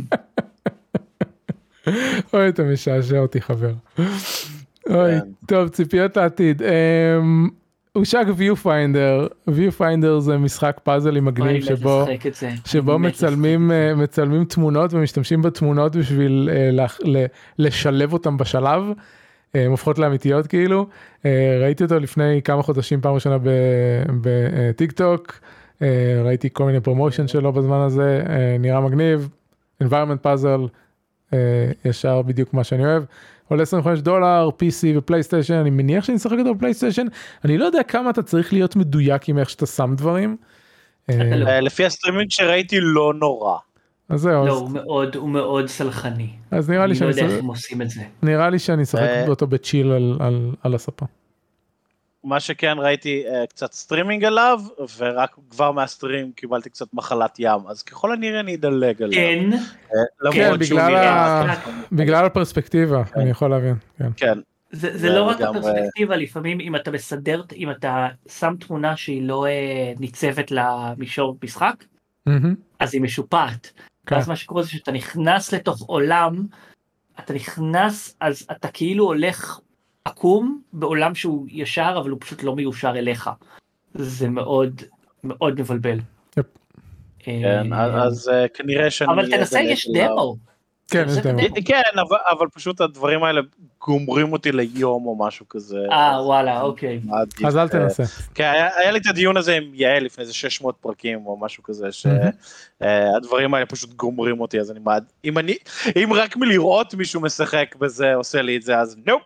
אוי, אתה משעשע אותי, חבר. אוי, טוב, ציפיות לעתיד. הושק Viewfinder זה משחק פאזלי מגניב שבו מצלמים תמונות ומשתמשים בתמונות בשביל לשלב אותם בשלב, הן הופכות לאמיתיות כאילו. ראיתי אותו לפני כמה חודשים פעם ראשונה בטיק טוק, ראיתי כל מיני פרומושן שלו בזמן הזה, נראה מגניב, environment puzzle, ישר בדיוק מה שאני אוהב. עולה $25, PC ופלייסטיישן, אני מניח שאני אשחק אותו בפלייסטיישן, אני לא יודע כמה אתה צריך להיות מדויק עם איך שאתה שם דברים. לפי הסטרימינג שראיתי לא נורא. אז זהו. לא, הוא מאוד סלחני. אז נראה לי שאני לא יודע איך הם עושים את זה. נראה לי שאני אשחק אותו בצ'יל על הספה. מה שכן ראיתי קצת סטרימינג עליו, ורק כבר מהסטרים קיבלתי קצת מחלת ים, אז ככל הנראה אני אדלג עליו. כן, בגלל הפרספקטיבה, אני יכול להבין. כן. זה לא רק הפרספקטיבה, לפעמים אם אתה מסדר, אם אתה שם תמונה שהיא לא ניצבת למישור משחק, אז היא משופעת. אז מה שקורה זה שאתה נכנס לתוך עולם, אתה נכנס, אז אתה כאילו הולך עקום בעולם שהוא ישר, אבל הוא פשוט לא מיושר אליך. זה מאוד מאוד מבלבל. כן, אז כנראה שאני... אבל תנסה, יש דמו. כן, יש דמו. כן, אבל פשוט הדברים האלה גומרים אותי ליום או משהו כזה. וואלה, אוקיי. אז אל תנסה. כן, היה לי את הדיון הזה עם יעל לפני איזה 600 פרקים או משהו כזה, שהדברים האלה פשוט גומרים אותי, אז אם רק מלראות מישהו משחק בזה עושה לי את זה, אז נופ.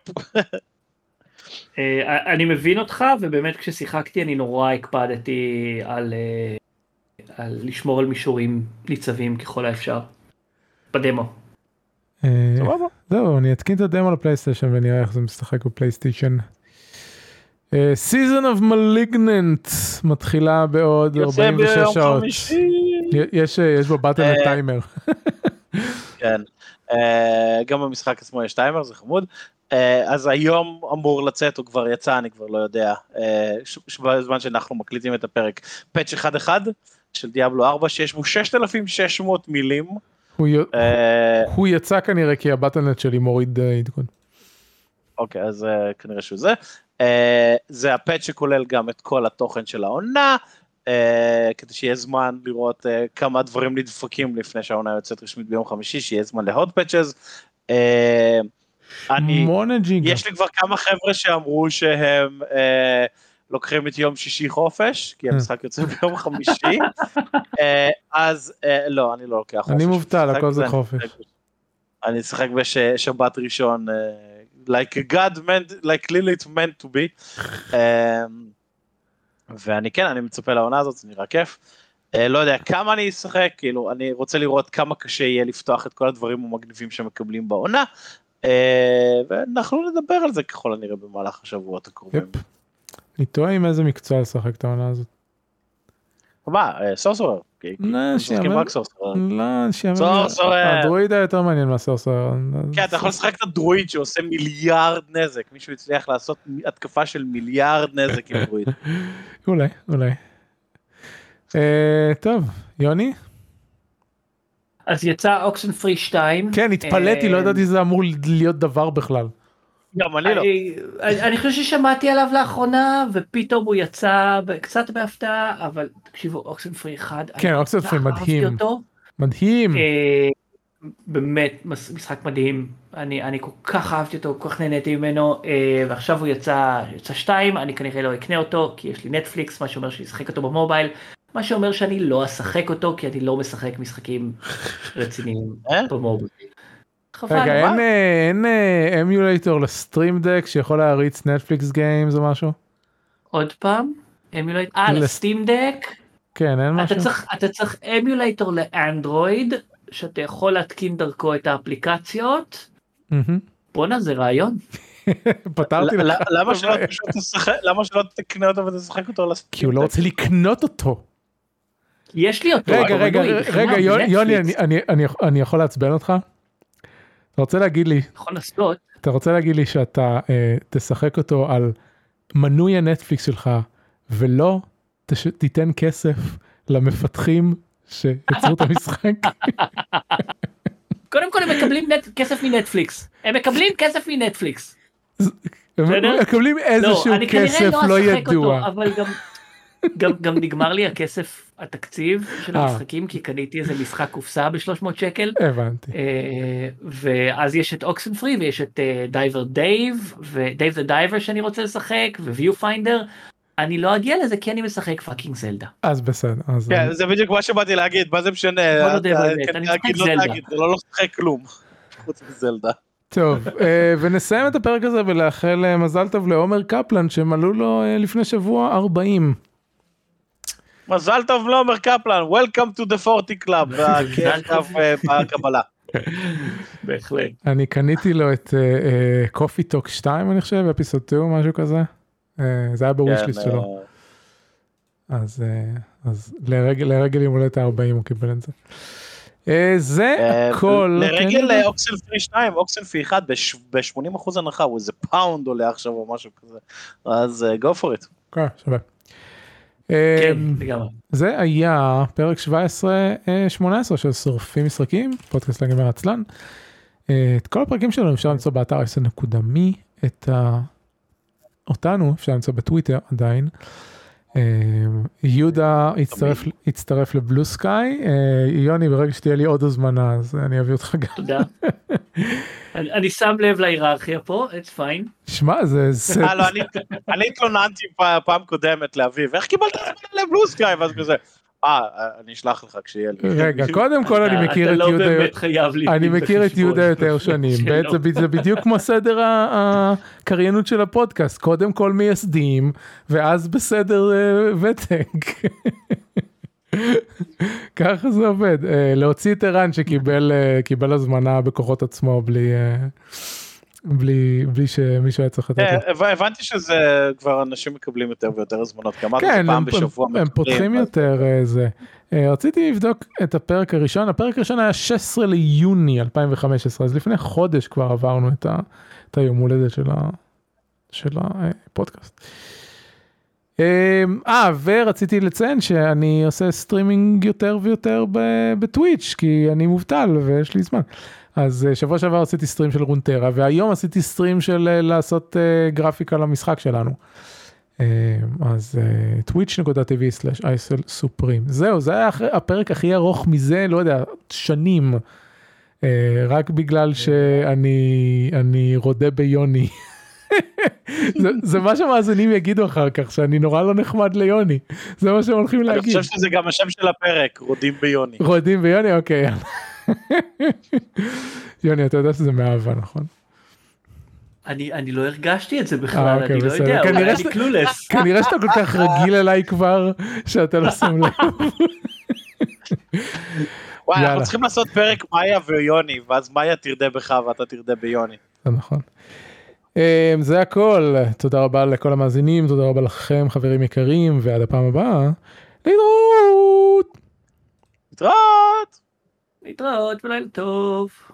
אני מבין אותך, ובאמת כששיחקתי אני נורא הקפדתי על לשמור על מישורים ניצבים ככל האפשר. בדמו. זהו, אני אתקין את הדמו לפלייסטיישן ונראה איך זה משחק בפלייסטיישן. Season of Malignant מתחילה בעוד 46 שעות. יש בו בטן לטיימר. כן, גם במשחק עצמו יש טיימר, זה חמוד. אז היום אמור לצאת, הוא כבר יצא, אני כבר לא יודע, בזמן שאנחנו מקליטים את הפרק, פאץ' 1.1 של דיאבלו 4, שיש בו 6,600 מילים. הוא יצא כנראה כי הבטנט שלי מוריד עדכון. אוקיי, אז כנראה שהוא זה. זה הפאץ' שכולל גם את כל התוכן של העונה, כדי שיהיה זמן לראות כמה דברים נדפקים לפני שהעונה יוצאת רשמית ביום חמישי, שיהיה זמן להוד פאצ'ז. יש לי כבר כמה חבר'ה שאמרו שהם לוקחים את יום שישי חופש, כי המשחק יוצא ביום חמישי, אז לא, אני לא לוקח חופש. אני מובטל, הכל זה חופש. אני אשחק בשבת ראשון, like God meant, like Lilith meant to be, ואני כן, אני מצפה לעונה הזאת, זה נראה כיף. לא יודע כמה אני אשחק, כאילו, אני רוצה לראות כמה קשה יהיה לפתוח את כל הדברים המגניבים שמקבלים בעונה, ואנחנו נדבר על זה ככל הנראה במהלך השבועות הקרובים. אני טועה עם איזה מקצוע לשחק את העונה הזאת. מה, סורסורר. לא, הדרואיד היה יותר מעניין מהסורסורר. כן, אתה יכול לשחק את הדרואיד שעושה מיליארד נזק, מישהו הצליח לעשות התקפה של מיליארד נזק עם דרואיד. אולי. טוב, יוני? אז יצא אוקסנפרי 2. כן, התפלאתי, לא ידעתי שזה אמור להיות דבר בכלל. גם אני לא. אני חושב ששמעתי עליו לאחרונה, ופתאום הוא יצא קצת בהפתעה, אבל תקשיבו, אוקסנפרי 1, כן, אוקסנפרי מדהים. מדהים. באמת, משחק מדהים. אני כל כך אהבתי אותו, כל כך נהניתי ממנו, ועכשיו הוא יצא 2, אני כנראה לא אקנה אותו, כי יש לי נטפליקס, מה שאומר שאני אשחק אותו במובייל, מה שאומר שאני לא אשחק אותו, כי אני לא משחק משחקים רציניים במובייל. רגע, אין אמולייטור לסטרים דק שיכול להריץ נטפליקס גיימס או משהו? עוד פעם? אמולייטור? לסטים דק? כן, אין משהו? אתה צריך אמולייטור לאנדרואיד, שאתה יכול להתקין דרכו את האפליקציות. בונה, זה רעיון. פתרתי לך. למה שלא תקנה אותו ותשחק אותו לסטים דק? כי הוא לא רוצה לקנות אותו. יש לי אותו. רגע, יוני, אני יכול לעצבן אותך? אתה רוצה להגיד לי שאתה תשחק אותו על מנוי הנטפליקס שלך, ולא תיתן כסף למפתחים שיצרו את המשחק? קודם כל הם מקבלים כסף מנטפליקס. הם מקבלים כסף מנטפליקס. הם מקבלים איזשהו כסף לא ידוע. אבל גם נגמר לי הכסף, התקציב של המשחקים, כי קניתי איזה משחק קופסה ב$300. הבנתי. ואז יש את אוקסנפרי, ויש את דייבר דייב, ודייב דה דייבר שאני רוצה לשחק, וויו פיינדר. אני לא אגיע לזה, כי אני משחק פאקינג זלדה. אז בסדר. כן, זה בדיוק מה שבאתי להגיד, מה זה משנה? אני משחק זלדה. זה לא לשחק כלום, חוץ מזלדה. טוב, ונסיים את הפרק הזה, ולאחל מזל טוב לעומר קפלן, שמלאו לו לפני שבוע 40. מזל טוב לעומר קפלן, Welcome to the 40 Club, והקרב בקבלה. בהחלט. אני קניתי לו את קופי טוק 2, אני חושב, אפיסוד 2, משהו כזה. זה היה בווישליסט שלו. אז לרגל יום הולדת ה-40 הוא קיבל את זה. זה הכל. לרגל אוקסנפרי 2, אוקסנפרי 1 ב-80% הנחה, הוא איזה פאונד עולה עכשיו או משהו כזה. אז go for it. כן, שווה. כן, לגמרי. זה היה פרק 17-18 של שורפים משחקים, פודקאסט לגמר עצלן. את כל הפרקים שלנו אפשר למצוא באתר isn.me, אותנו אפשר למצוא בטוויטר עדיין. יהודה הצטרף לבלו סקאי, יוני ברגע שתהיה לי עוד הזמנה אז אני אביא אותך גם. תודה. אני שם לב להיררכיה פה, it's fine. שמע, זה... אני התלוננתי פעם קודמת לאביב, איך קיבלת הזמנה לבלו סקאי? ואז כזה, אני אשלח לך כשיהיה לי. רגע, קודם כל אני מכיר את יהודה... אתה לא באמת חייב לי. אני מכיר את יהודה יותר שנים. זה בדיוק כמו סדר הקריינות של הפודקאסט. קודם כל מייסדים, ואז בסדר ותק. ככה זה עובד. להוציא את ערן שקיבל הזמנה בכוחות עצמו בלי שמישהו היה צריך לתת לו. הבנתי שזה כבר אנשים מקבלים יותר ויותר הזמנות, כי אמרתי זה פעם בשבוע. הם פותחים יותר זה. רציתי לבדוק את הפרק הראשון, הפרק הראשון היה 16 ליוני 2015, אז לפני חודש כבר עברנו את היום הולדת של הפודקאסט. ורציתי לציין שאני עושה סטרימינג יותר ויותר בטוויץ', כי אני מובטל ויש לי זמן. אז שבוע שעבר עשיתי סטרים של רונטרה, והיום עשיתי סטרים של לעשות גרפיקה למשחק שלנו. אז twitch.tv/icelsupreme. זהו, זה היה הפרק הכי ארוך מזה, לא יודע, שנים. רק בגלל שאני רודה ביוני. זה מה שמאזינים יגידו אחר כך, שאני נורא לא נחמד ליוני. זה מה שהם הולכים להגיד. אני חושב שזה גם השם של הפרק, רודים ביוני. רודים ביוני, אוקיי. יוני, אתה יודע שזה מאהבה, נכון? אני לא הרגשתי את זה בכלל, אני לא יודע, אולי אני קלולס. כנראה שאתה כל כך רגיל אליי כבר, שאתה לא שם לב. וואי, אנחנו צריכים לעשות פרק מאיה ויוני, ואז מאיה תרדה בך ואתה תרדה ביוני. זה נכון. זה הכל, תודה רבה לכל המאזינים, תודה רבה לכם חברים יקרים, ועד הפעם הבאה, להתראות. להתראות. להתראות ולילה טוב.